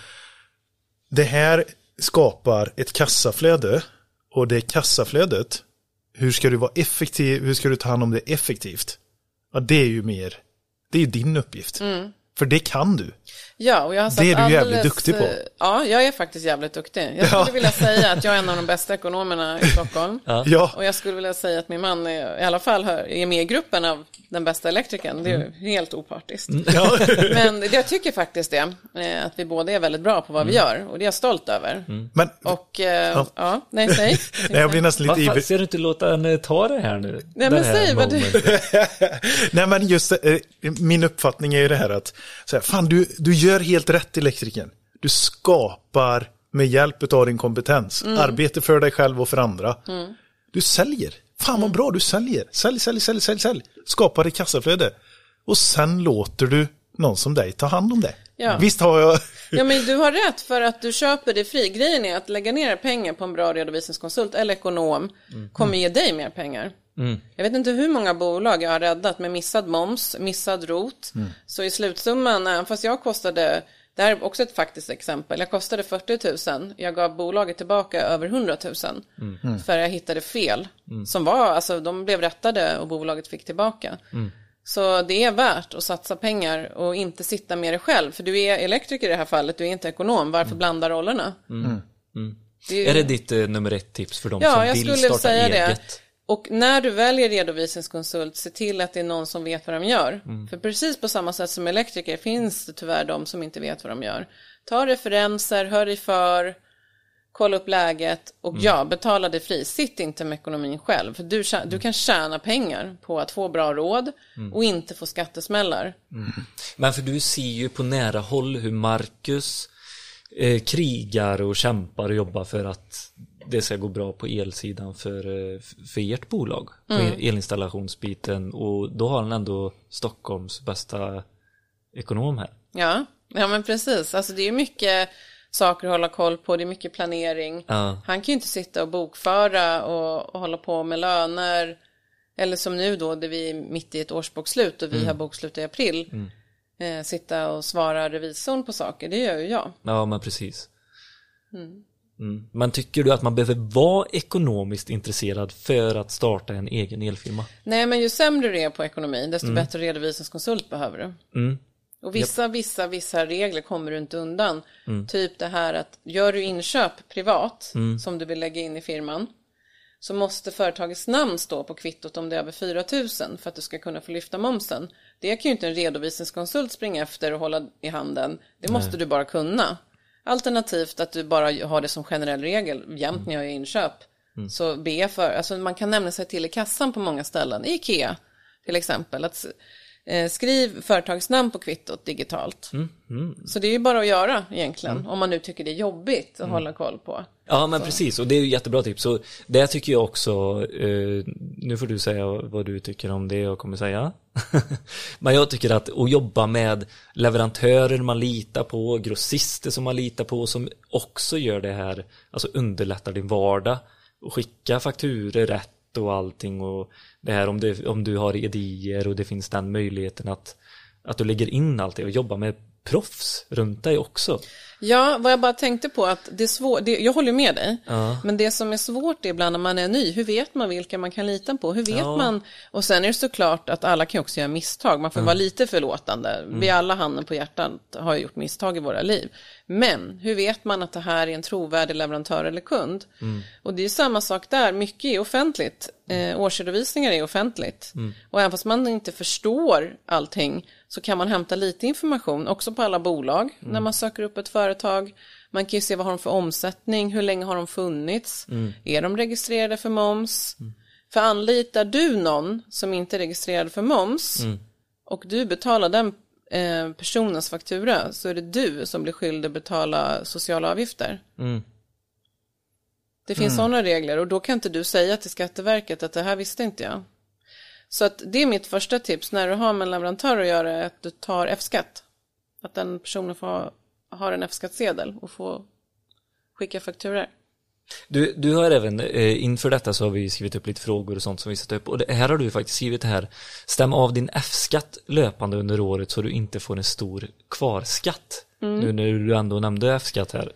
Det här skapar ett kassaflöde, och det kassaflödet, hur ska du vara effektiv, hur ska du ta hand om det effektivt? Ja, det är ju din uppgift. För det kan du. Ja, och jag har det är du jävligt duktig på. Ja, jag är faktiskt jävligt duktig. Jag skulle vilja säga att jag är en av de bästa ekonomerna i Stockholm. Ja. Och jag skulle vilja säga att min man i alla fall är med i gruppen av den bästa elektrikern. Det är helt opartiskt. Ja. Men jag tycker faktiskt det. Att vi båda är väldigt bra på vad vi gör. Och det är jag stolt över. Men, och säg. Nej, jag blir nästan lite Varför ser du inte låta henne ta det här nu? Nej, men säg vad du... Nej, men just min uppfattning är ju det här att så här, fan, du gör helt rätt, elektrikern. Du skapar med hjälp av din kompetens. Arbete för dig själv och för andra. Du säljer. Fan vad bra, du säljer. Sälj. Skapar ett kassaflöde. Och sen låter du någon som dig ta hand om det. Ja. Visst har jag... Ja, men du har rätt, för att du köper det fri. Grejen är att lägga ner pengar på en bra redovisningskonsult eller ekonom kommer ge dig mer pengar. Jag vet inte hur många bolag jag har räddat med missad moms, missad rot. Så i slutsumman, fast jag kostade, det här är också ett faktiskt exempel, jag kostade 40 000, jag gav bolaget tillbaka över 100 000 för jag hittade fel som var, alltså de blev rättade och bolaget fick tillbaka. Så det är värt att satsa pengar och inte sitta med det själv, för du är elektriker i det här fallet, du är inte ekonom, varför blanda rollerna? Är det ditt nummer 1 tips för dem som jag vill skulle starta säga eget? Det. Och när du väljer redovisningskonsult, se till att det är någon som vet vad de gör. För precis på samma sätt som elektriker finns det tyvärr de som inte vet vad de gör. Ta referenser, hör dig för, kolla upp läget och betala dig fri. Sitt inte med ekonomin själv. För du kan tjäna pengar på att få bra råd och inte få skattesmällar. Men för du ser ju på nära håll hur Marcus krigar och kämpar och jobbar för att det ska gå bra på elsidan för ert bolag, på elinstallationsbiten, och då har han ändå Stockholms bästa ekonom här. Ja, men precis. Alltså det är mycket saker att hålla koll på, det är mycket planering. Han kan ju inte sitta och bokföra och hålla på med löner, eller som nu då, där vi är mitt i ett årsbokslut och vi har bokslut i april, sitta och svara revisorn på saker, det gör ju jag. Ja, men precis. Men tycker du att man behöver vara ekonomiskt intresserad för att starta en egen elfirma? Nej, men ju sämre du är på ekonomi, desto bättre redovisningskonsult behöver du. Och vissa regler kommer du inte undan. Typ det här att gör du inköp privat som du vill lägga in i firman, så måste företagets namn stå på kvittot om det är över 4 000 för att du ska kunna få lyfta momsen. Det kan ju inte en redovisningskonsult springa efter och hålla i handen. Det måste du bara kunna. Alternativt att du bara har det som generell regel jämt när jag gör inköp. Så be för, alltså man kan nämna sig till i kassan på många ställen. I IKEA till exempel. Att skriv företagsnamn på kvittot digitalt. Så det är ju bara att göra egentligen. Om man nu tycker det är jobbigt att hålla koll på. Ja, men precis. Och det är ju jättebra tips. Så det tycker jag också, nu får du säga vad du tycker om det jag kommer säga. Men jag tycker att jobba med leverantörer man litar på, grossister som man litar på, som också gör det här, alltså underlättar din vardag och skicka fakturer rätt och allting, och det här om du har idéer och det finns den möjligheten att du lägger in allt det och jobba med proffs runt dig också. Ja, vad jag bara tänkte på att det är svårt, jag håller med dig, men det som är svårt är ibland när man är ny, hur vet man vilka man kan lita på, hur vet man, och sen är det såklart att alla kan också göra misstag, man får vara lite förlåtande, vi alla, handen på hjärtat, har gjort misstag i våra liv, men hur vet man att det här är en trovärdig leverantör eller kund? Och det är samma sak där, mycket är offentligt, årsredovisningar är offentligt, och även fast man inte förstår allting så kan man hämta lite information också på alla bolag när man söker upp ett företag. Man kan ju se vad har de för omsättning, hur länge har de funnits, är de registrerade för moms? För anlitar du någon som inte är registrerad för moms och du betalar den personens faktura, så är det du som blir skyldig att betala sociala avgifter. Det finns sådana regler, och då kan inte du säga till Skatteverket att det här visste inte jag. Så att det är mitt första tips när du har med en leverantör att göra, att du tar F-skatt. Att den personen får ha en F-skattsedel och få skicka fakturor. Du har även, inför detta så har vi skrivit upp lite frågor och sånt som vi sätter upp. Och det här har du faktiskt skrivit här. Stäm av din F-skatt löpande under året så du inte får en stor kvarskatt. Nu när du ändå nämnde F-skatt här.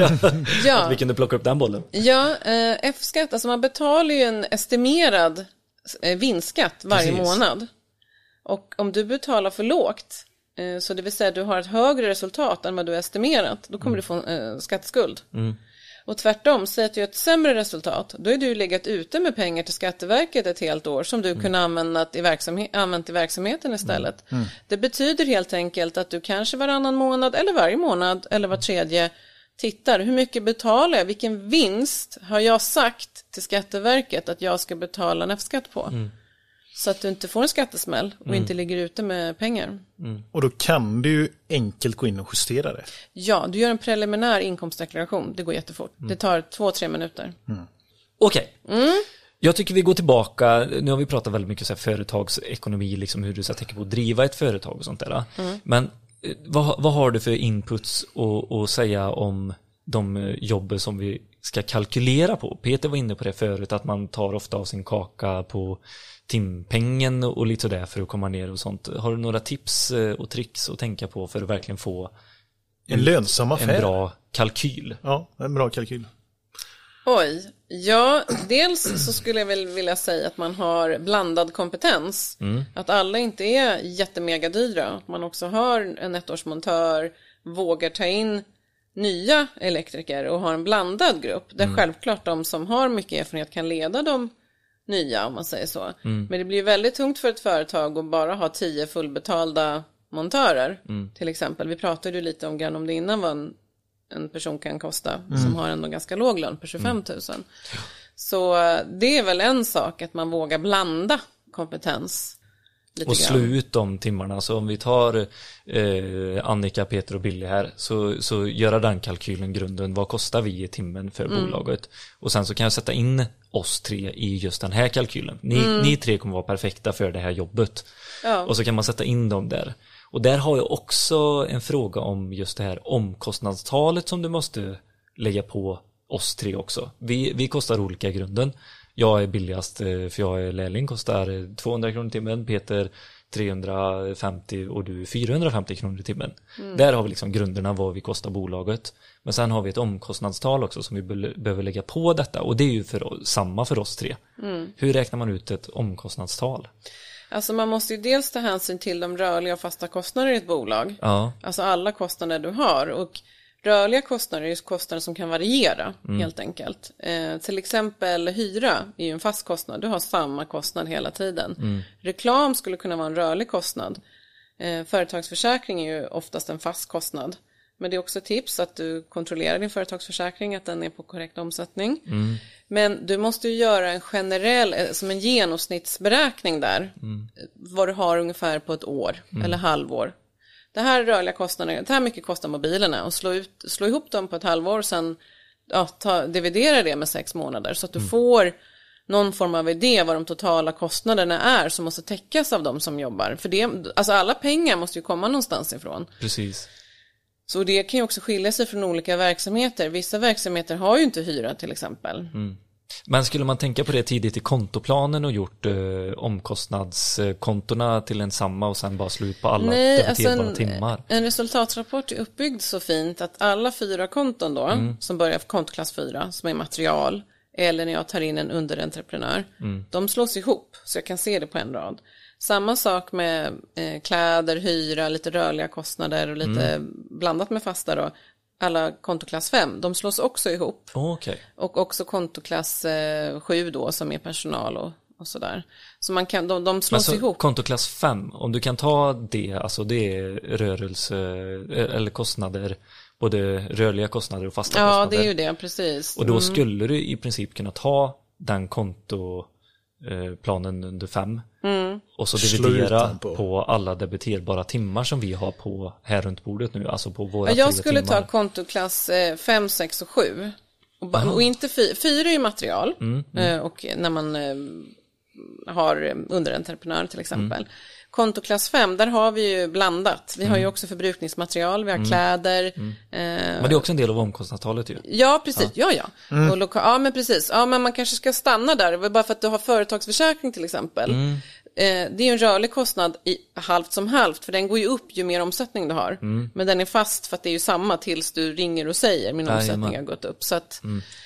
Ja. Att vi kunde plocka upp den bollen. Ja, F-skatt, alltså man betalar ju en estimerad vinstskatt varje månad. Och om du betalar för lågt, så det vill säga att du har ett högre resultat än vad du har estimerat, då kommer du få en skatteskuld. Och tvärtom, säg att du har ett sämre resultat, då är du legat ute med pengar till Skatteverket ett helt år som du kunde använt i verksamheten istället. Det betyder helt enkelt att du kanske varannan månad eller varje månad eller var tredje tittar, hur mycket betalar jag, vilken vinst har jag sagt till Skatteverket att jag ska betala en F-skatt på. Så att du inte får en skattesmäll och inte ligger ute med pengar. Och då kan du ju enkelt gå in och justera det. Ja, du gör en preliminär inkomstdeklaration. Det går jättefort. Det tar 2-3 minuter. Okej. Jag tycker vi går tillbaka. Nu har vi pratat väldigt mycket så här företagsekonomi, liksom hur du ska tänka på att driva ett företag och sånt där. Men vad har du för inputs att säga om de jobben som vi ska kalkylera på? Peter var inne på det förut, att man tar ofta av sin kaka på timpengen och lite sådär för att komma ner och sånt. Har du några tips och tricks att tänka på för att verkligen få en lönsam affär? En bra kalkyl. Ja, en bra kalkyl. Oj, ja, dels så skulle jag väl vilja säga att man har blandad kompetens. Att alla inte är jättemega dyra. Att man också har en ettårsmontör, vågar ta in nya elektriker och har en blandad grupp. Där självklart de som har mycket erfarenhet kan leda de nya, om man säger så. Men det blir väldigt tungt för ett företag att bara ha 10 fullbetalda montörer. Till exempel, vi pratade ju lite om det innan, vad en person kan kosta som har ändå ganska låg lön på 25 000. Så det är väl en sak, att man vågar blanda kompetens lite och grann. slå ut de timmarna. Så om vi tar Annika, Peter och Billy här, så göra den kalkylen grunden. Vad kostar vi i timmen för bolaget? Och sen så kan jag sätta in oss 3 i just den här kalkylen. Ni 3 kommer vara perfekta för det här jobbet. Ja. Och så kan man sätta in dem där. Och där har jag också en fråga om just det här omkostnadstalet som du måste lägga på oss 3 också. Vi kostar olika i grunden. Jag är billigast för jag är lärling, kostar 200 kronor i timmen, Peter 350 och du 450 kronor i timmen. Där har vi liksom grunderna vad vi kostar bolaget. Men sen har vi ett omkostnadstal också som vi behöver lägga på detta, och det är ju samma för oss 3. Hur räknar man ut ett omkostnadstal? Alltså man måste ju dels ta hänsyn till de rörliga och fasta kostnader i ett bolag. Ja. Alltså alla kostnader du har. Och rörliga kostnader är ju kostnader som kan variera helt enkelt. Till exempel hyra är ju en fast kostnad. Du har samma kostnad hela tiden. Reklam skulle kunna vara en rörlig kostnad. Företagsförsäkring är ju oftast en fast kostnad. Men det är också ett tips att du kontrollerar din företagsförsäkring, att den är på korrekt omsättning. Men du måste ju göra en generell, som en genomsnittsberäkning där. Vad du har ungefär på ett år eller halvår. Det här är rörliga kostnader, det här mycket kostar mobilerna, och slå ihop dem på ett halvår och sen dividera det med 6 månader så att du får någon form av idé vad de totala kostnaderna är som måste täckas av de som jobbar. För det, alltså alla pengar måste ju komma någonstans ifrån. Precis. Så det kan ju också skilja sig från olika verksamheter. Vissa verksamheter har ju inte hyra till exempel. Men skulle man tänka på det tidigt i kontoplanen och gjort omkostnadskontona till en samma och sen bara slut på alla debiterbara timmar? En resultatrapport är uppbyggd så fint att alla 4 konton då, som börjar för kontoklass 4, som är material, eller när jag tar in en underentreprenör, de slås ihop så jag kan se det på en rad. Samma sak med kläder, hyra, lite rörliga kostnader och lite blandat med fasta då. Alla kontoklass 5, de slås också ihop. Okay. Och också kontoklass 7 då som är personal och sådär. Så man kan, de slås ihop. Kontoklass 5, om du kan ta det, alltså det är rörelse eller kostnader, både rörliga kostnader och fasta kostnader. Ja, det är ju det, precis. Och då skulle du i princip kunna ta den kontoplanen under 5 och så dividera på alla debiterbara timmar som vi har på här runt bordet nu, alltså på våra 3 timmar. Jag skulle ta kontoklass 5, 6 och 7 och inte 4 är ju material och när man har underentreprenör till exempel. Kontoklass 5, där har vi ju blandat. Vi har ju också förbrukningsmaterial, vi har kläder. Men det är också en del av omkostnadstalet ju. Ja, precis. Ja. Och ja, men precis. Ja, men man kanske ska stanna där. Bara för att du har företagsförsäkring till exempel. Det är ju en rörlig kostnad i halvt som halvt. För den går ju upp ju mer omsättning du har. Men den är fast för att det är ju samma tills du ringer och säger min omsättning har gått upp. Så att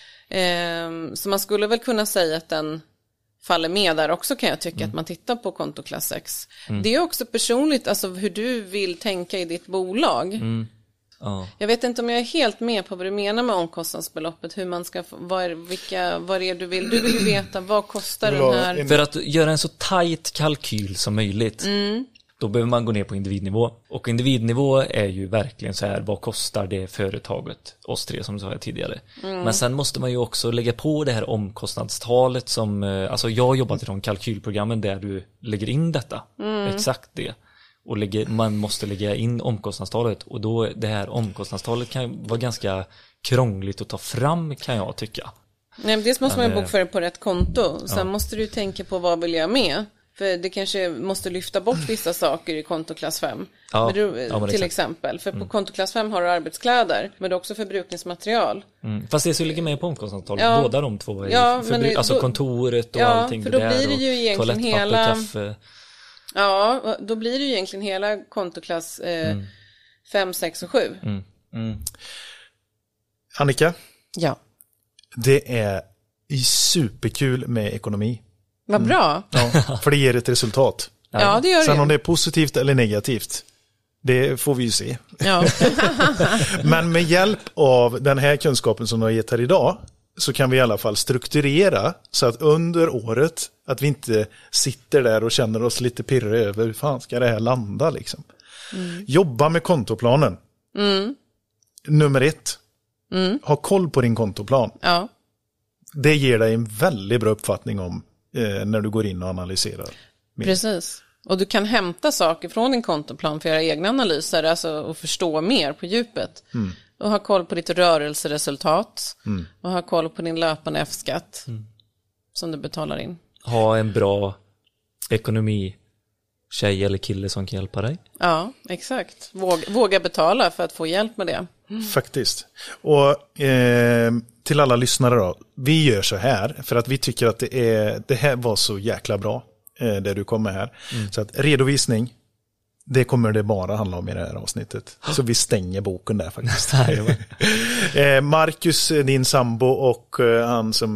så man skulle väl kunna säga att den faller med där också, kan jag tycka, att man tittar på kontoklass 6. Det är också personligt, alltså hur du vill tänka i ditt bolag. Jag vet inte om jag är helt med på vad du menar med omkostnadsbeloppet, hur man ska, vad är du vill ju veta, vad kostar den här. För att göra en så tajt kalkyl som möjligt, då behöver man gå ner på individnivå. Och individnivå är ju verkligen så här, vad kostar det företaget, oss 3 som sa jag tidigare. Men sen måste man ju också lägga på det här omkostnadstalet som, alltså jag har jobbat i de kalkylprogrammen där du lägger in detta, exakt det. Och man måste lägga in omkostnadstalet, och då det här omkostnadstalet kan vara ganska krångligt att ta fram, kan jag tycka. Nej, men dels måste man bokföra på rätt konto. Sen måste du tänka på vad vill jag med. För det kanske måste lyfta bort vissa saker i kontoklass 5. Till exempel. För på kontoklass 5 har du arbetskläder. Men det är också förbrukningsmaterial. Fast det så ligger med på omkostnadstalet. Båda de två är alltså kontoret och allting. För då blir det ju egentligen hela... kaffe. Ja, då blir det ju egentligen hela kontoklass 5, 6 och 7. Annika? Ja. Det är superkul med ekonomi. Vad bra. Ja, för det ger ett resultat. Ja, det gör det. Sen om det är positivt eller negativt, det får vi ju se. Ja. Men med hjälp av den här kunskapen som du har gett här idag, så kan vi i alla fall strukturera så att under året att vi inte sitter där och känner oss lite pirre över hur fan ska det här landa liksom. Jobba med kontoplanen. Nummer 1. Ha koll på din kontoplan. Ja. Det ger dig en väldigt bra uppfattning om när du går in och analyserar. Precis. Och du kan hämta saker från din kontoplan för att göra egna analyser, alltså, och förstå mer på djupet. Och ha koll på ditt rörelseresultat. Och ha koll på din löpande F-skatt som du betalar in. Ha en bra ekonomi, tjej eller kille som kan hjälpa dig. Ja, exakt. Våga betala för att få hjälp med det. Faktiskt. Och till alla lyssnare då, vi gör så här för att vi tycker att det här var så jäkla bra, det du kommer här. Så att redovisning, det kommer det bara handla om i det här avsnittet. Så vi stänger boken där faktiskt. Marcus, din sambo, och han som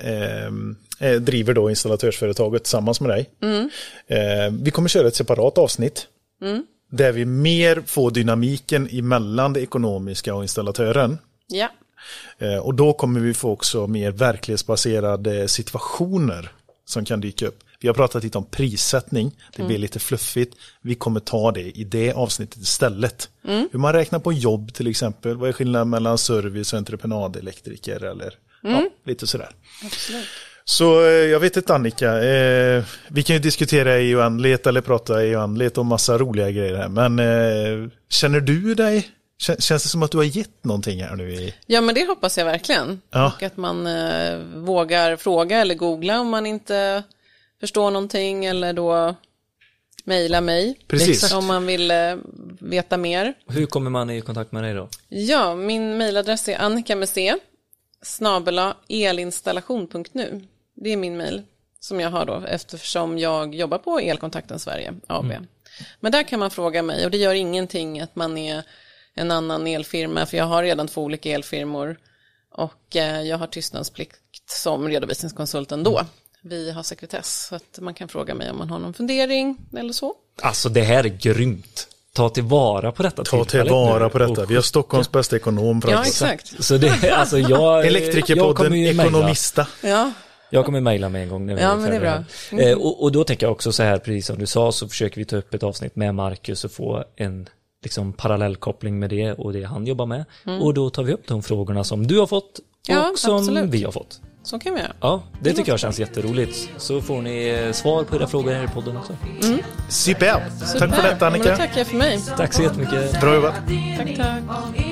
driver då installatörsföretaget tillsammans med dig. Vi kommer köra ett separat avsnitt. Där vi mer får dynamiken emellan det ekonomiska och installatören. Ja. Och då kommer vi få också mer verklighetsbaserade situationer som kan dyka upp. Vi har pratat lite om prissättning. Det blir lite fluffigt. Vi kommer ta det i det avsnittet istället. Hur man räknar på jobb till exempel. Vad är skillnaden mellan service och entreprenadelektriker eller lite sådär. Absolut. Så jag vet inte, Annika, vi kan ju diskutera i oändlighet eller prata i oändlighet om massa roliga grejer här, men känner du dig, känns det som att du har gett någonting här nu? Ja, men det hoppas jag verkligen. Ja. Och att man vågar fråga eller googla om man inte förstår någonting, eller då mejla mig. Precis. Om man vill veta mer. Hur kommer man i kontakt med dig då? Ja, min mejladress är Annika med C @elinstallation.nu. Det är min mejl som jag har då eftersom jag jobbar på Elkontakten Sverige AB. Men där kan man fråga mig och det gör ingenting att man är en annan elfirma för jag har redan 2 olika elfirmor och jag har tystnadsplikt som redovisningskonsult ändå. Vi har sekretess så att man kan fråga mig om man har någon fundering eller så. Alltså det här är grymt. Ta tillvara på detta. Vi har Stockholms bästa ekonom framför oss. Ja, exakt. Så det, alltså Elektrikerpodden, ekonomista. Ja. Jag kommer mejla med en gång. Ja, men det är bra. Och då tänker jag också så här, precis som du sa, så försöker vi ta upp ett avsnitt med Marcus och få en liksom parallellkoppling med det och det han jobbar med. Och då tar vi upp de frågorna som du har fått och som absolut. vi har fått. Så kan vi göra. Ja, det tycker jag känns jätteroligt. Så får ni svar på era frågor här i podden också. Super. Tack för detta, Annika. Tack för mig. Tack så jättemycket. Bra jobbat. Tack.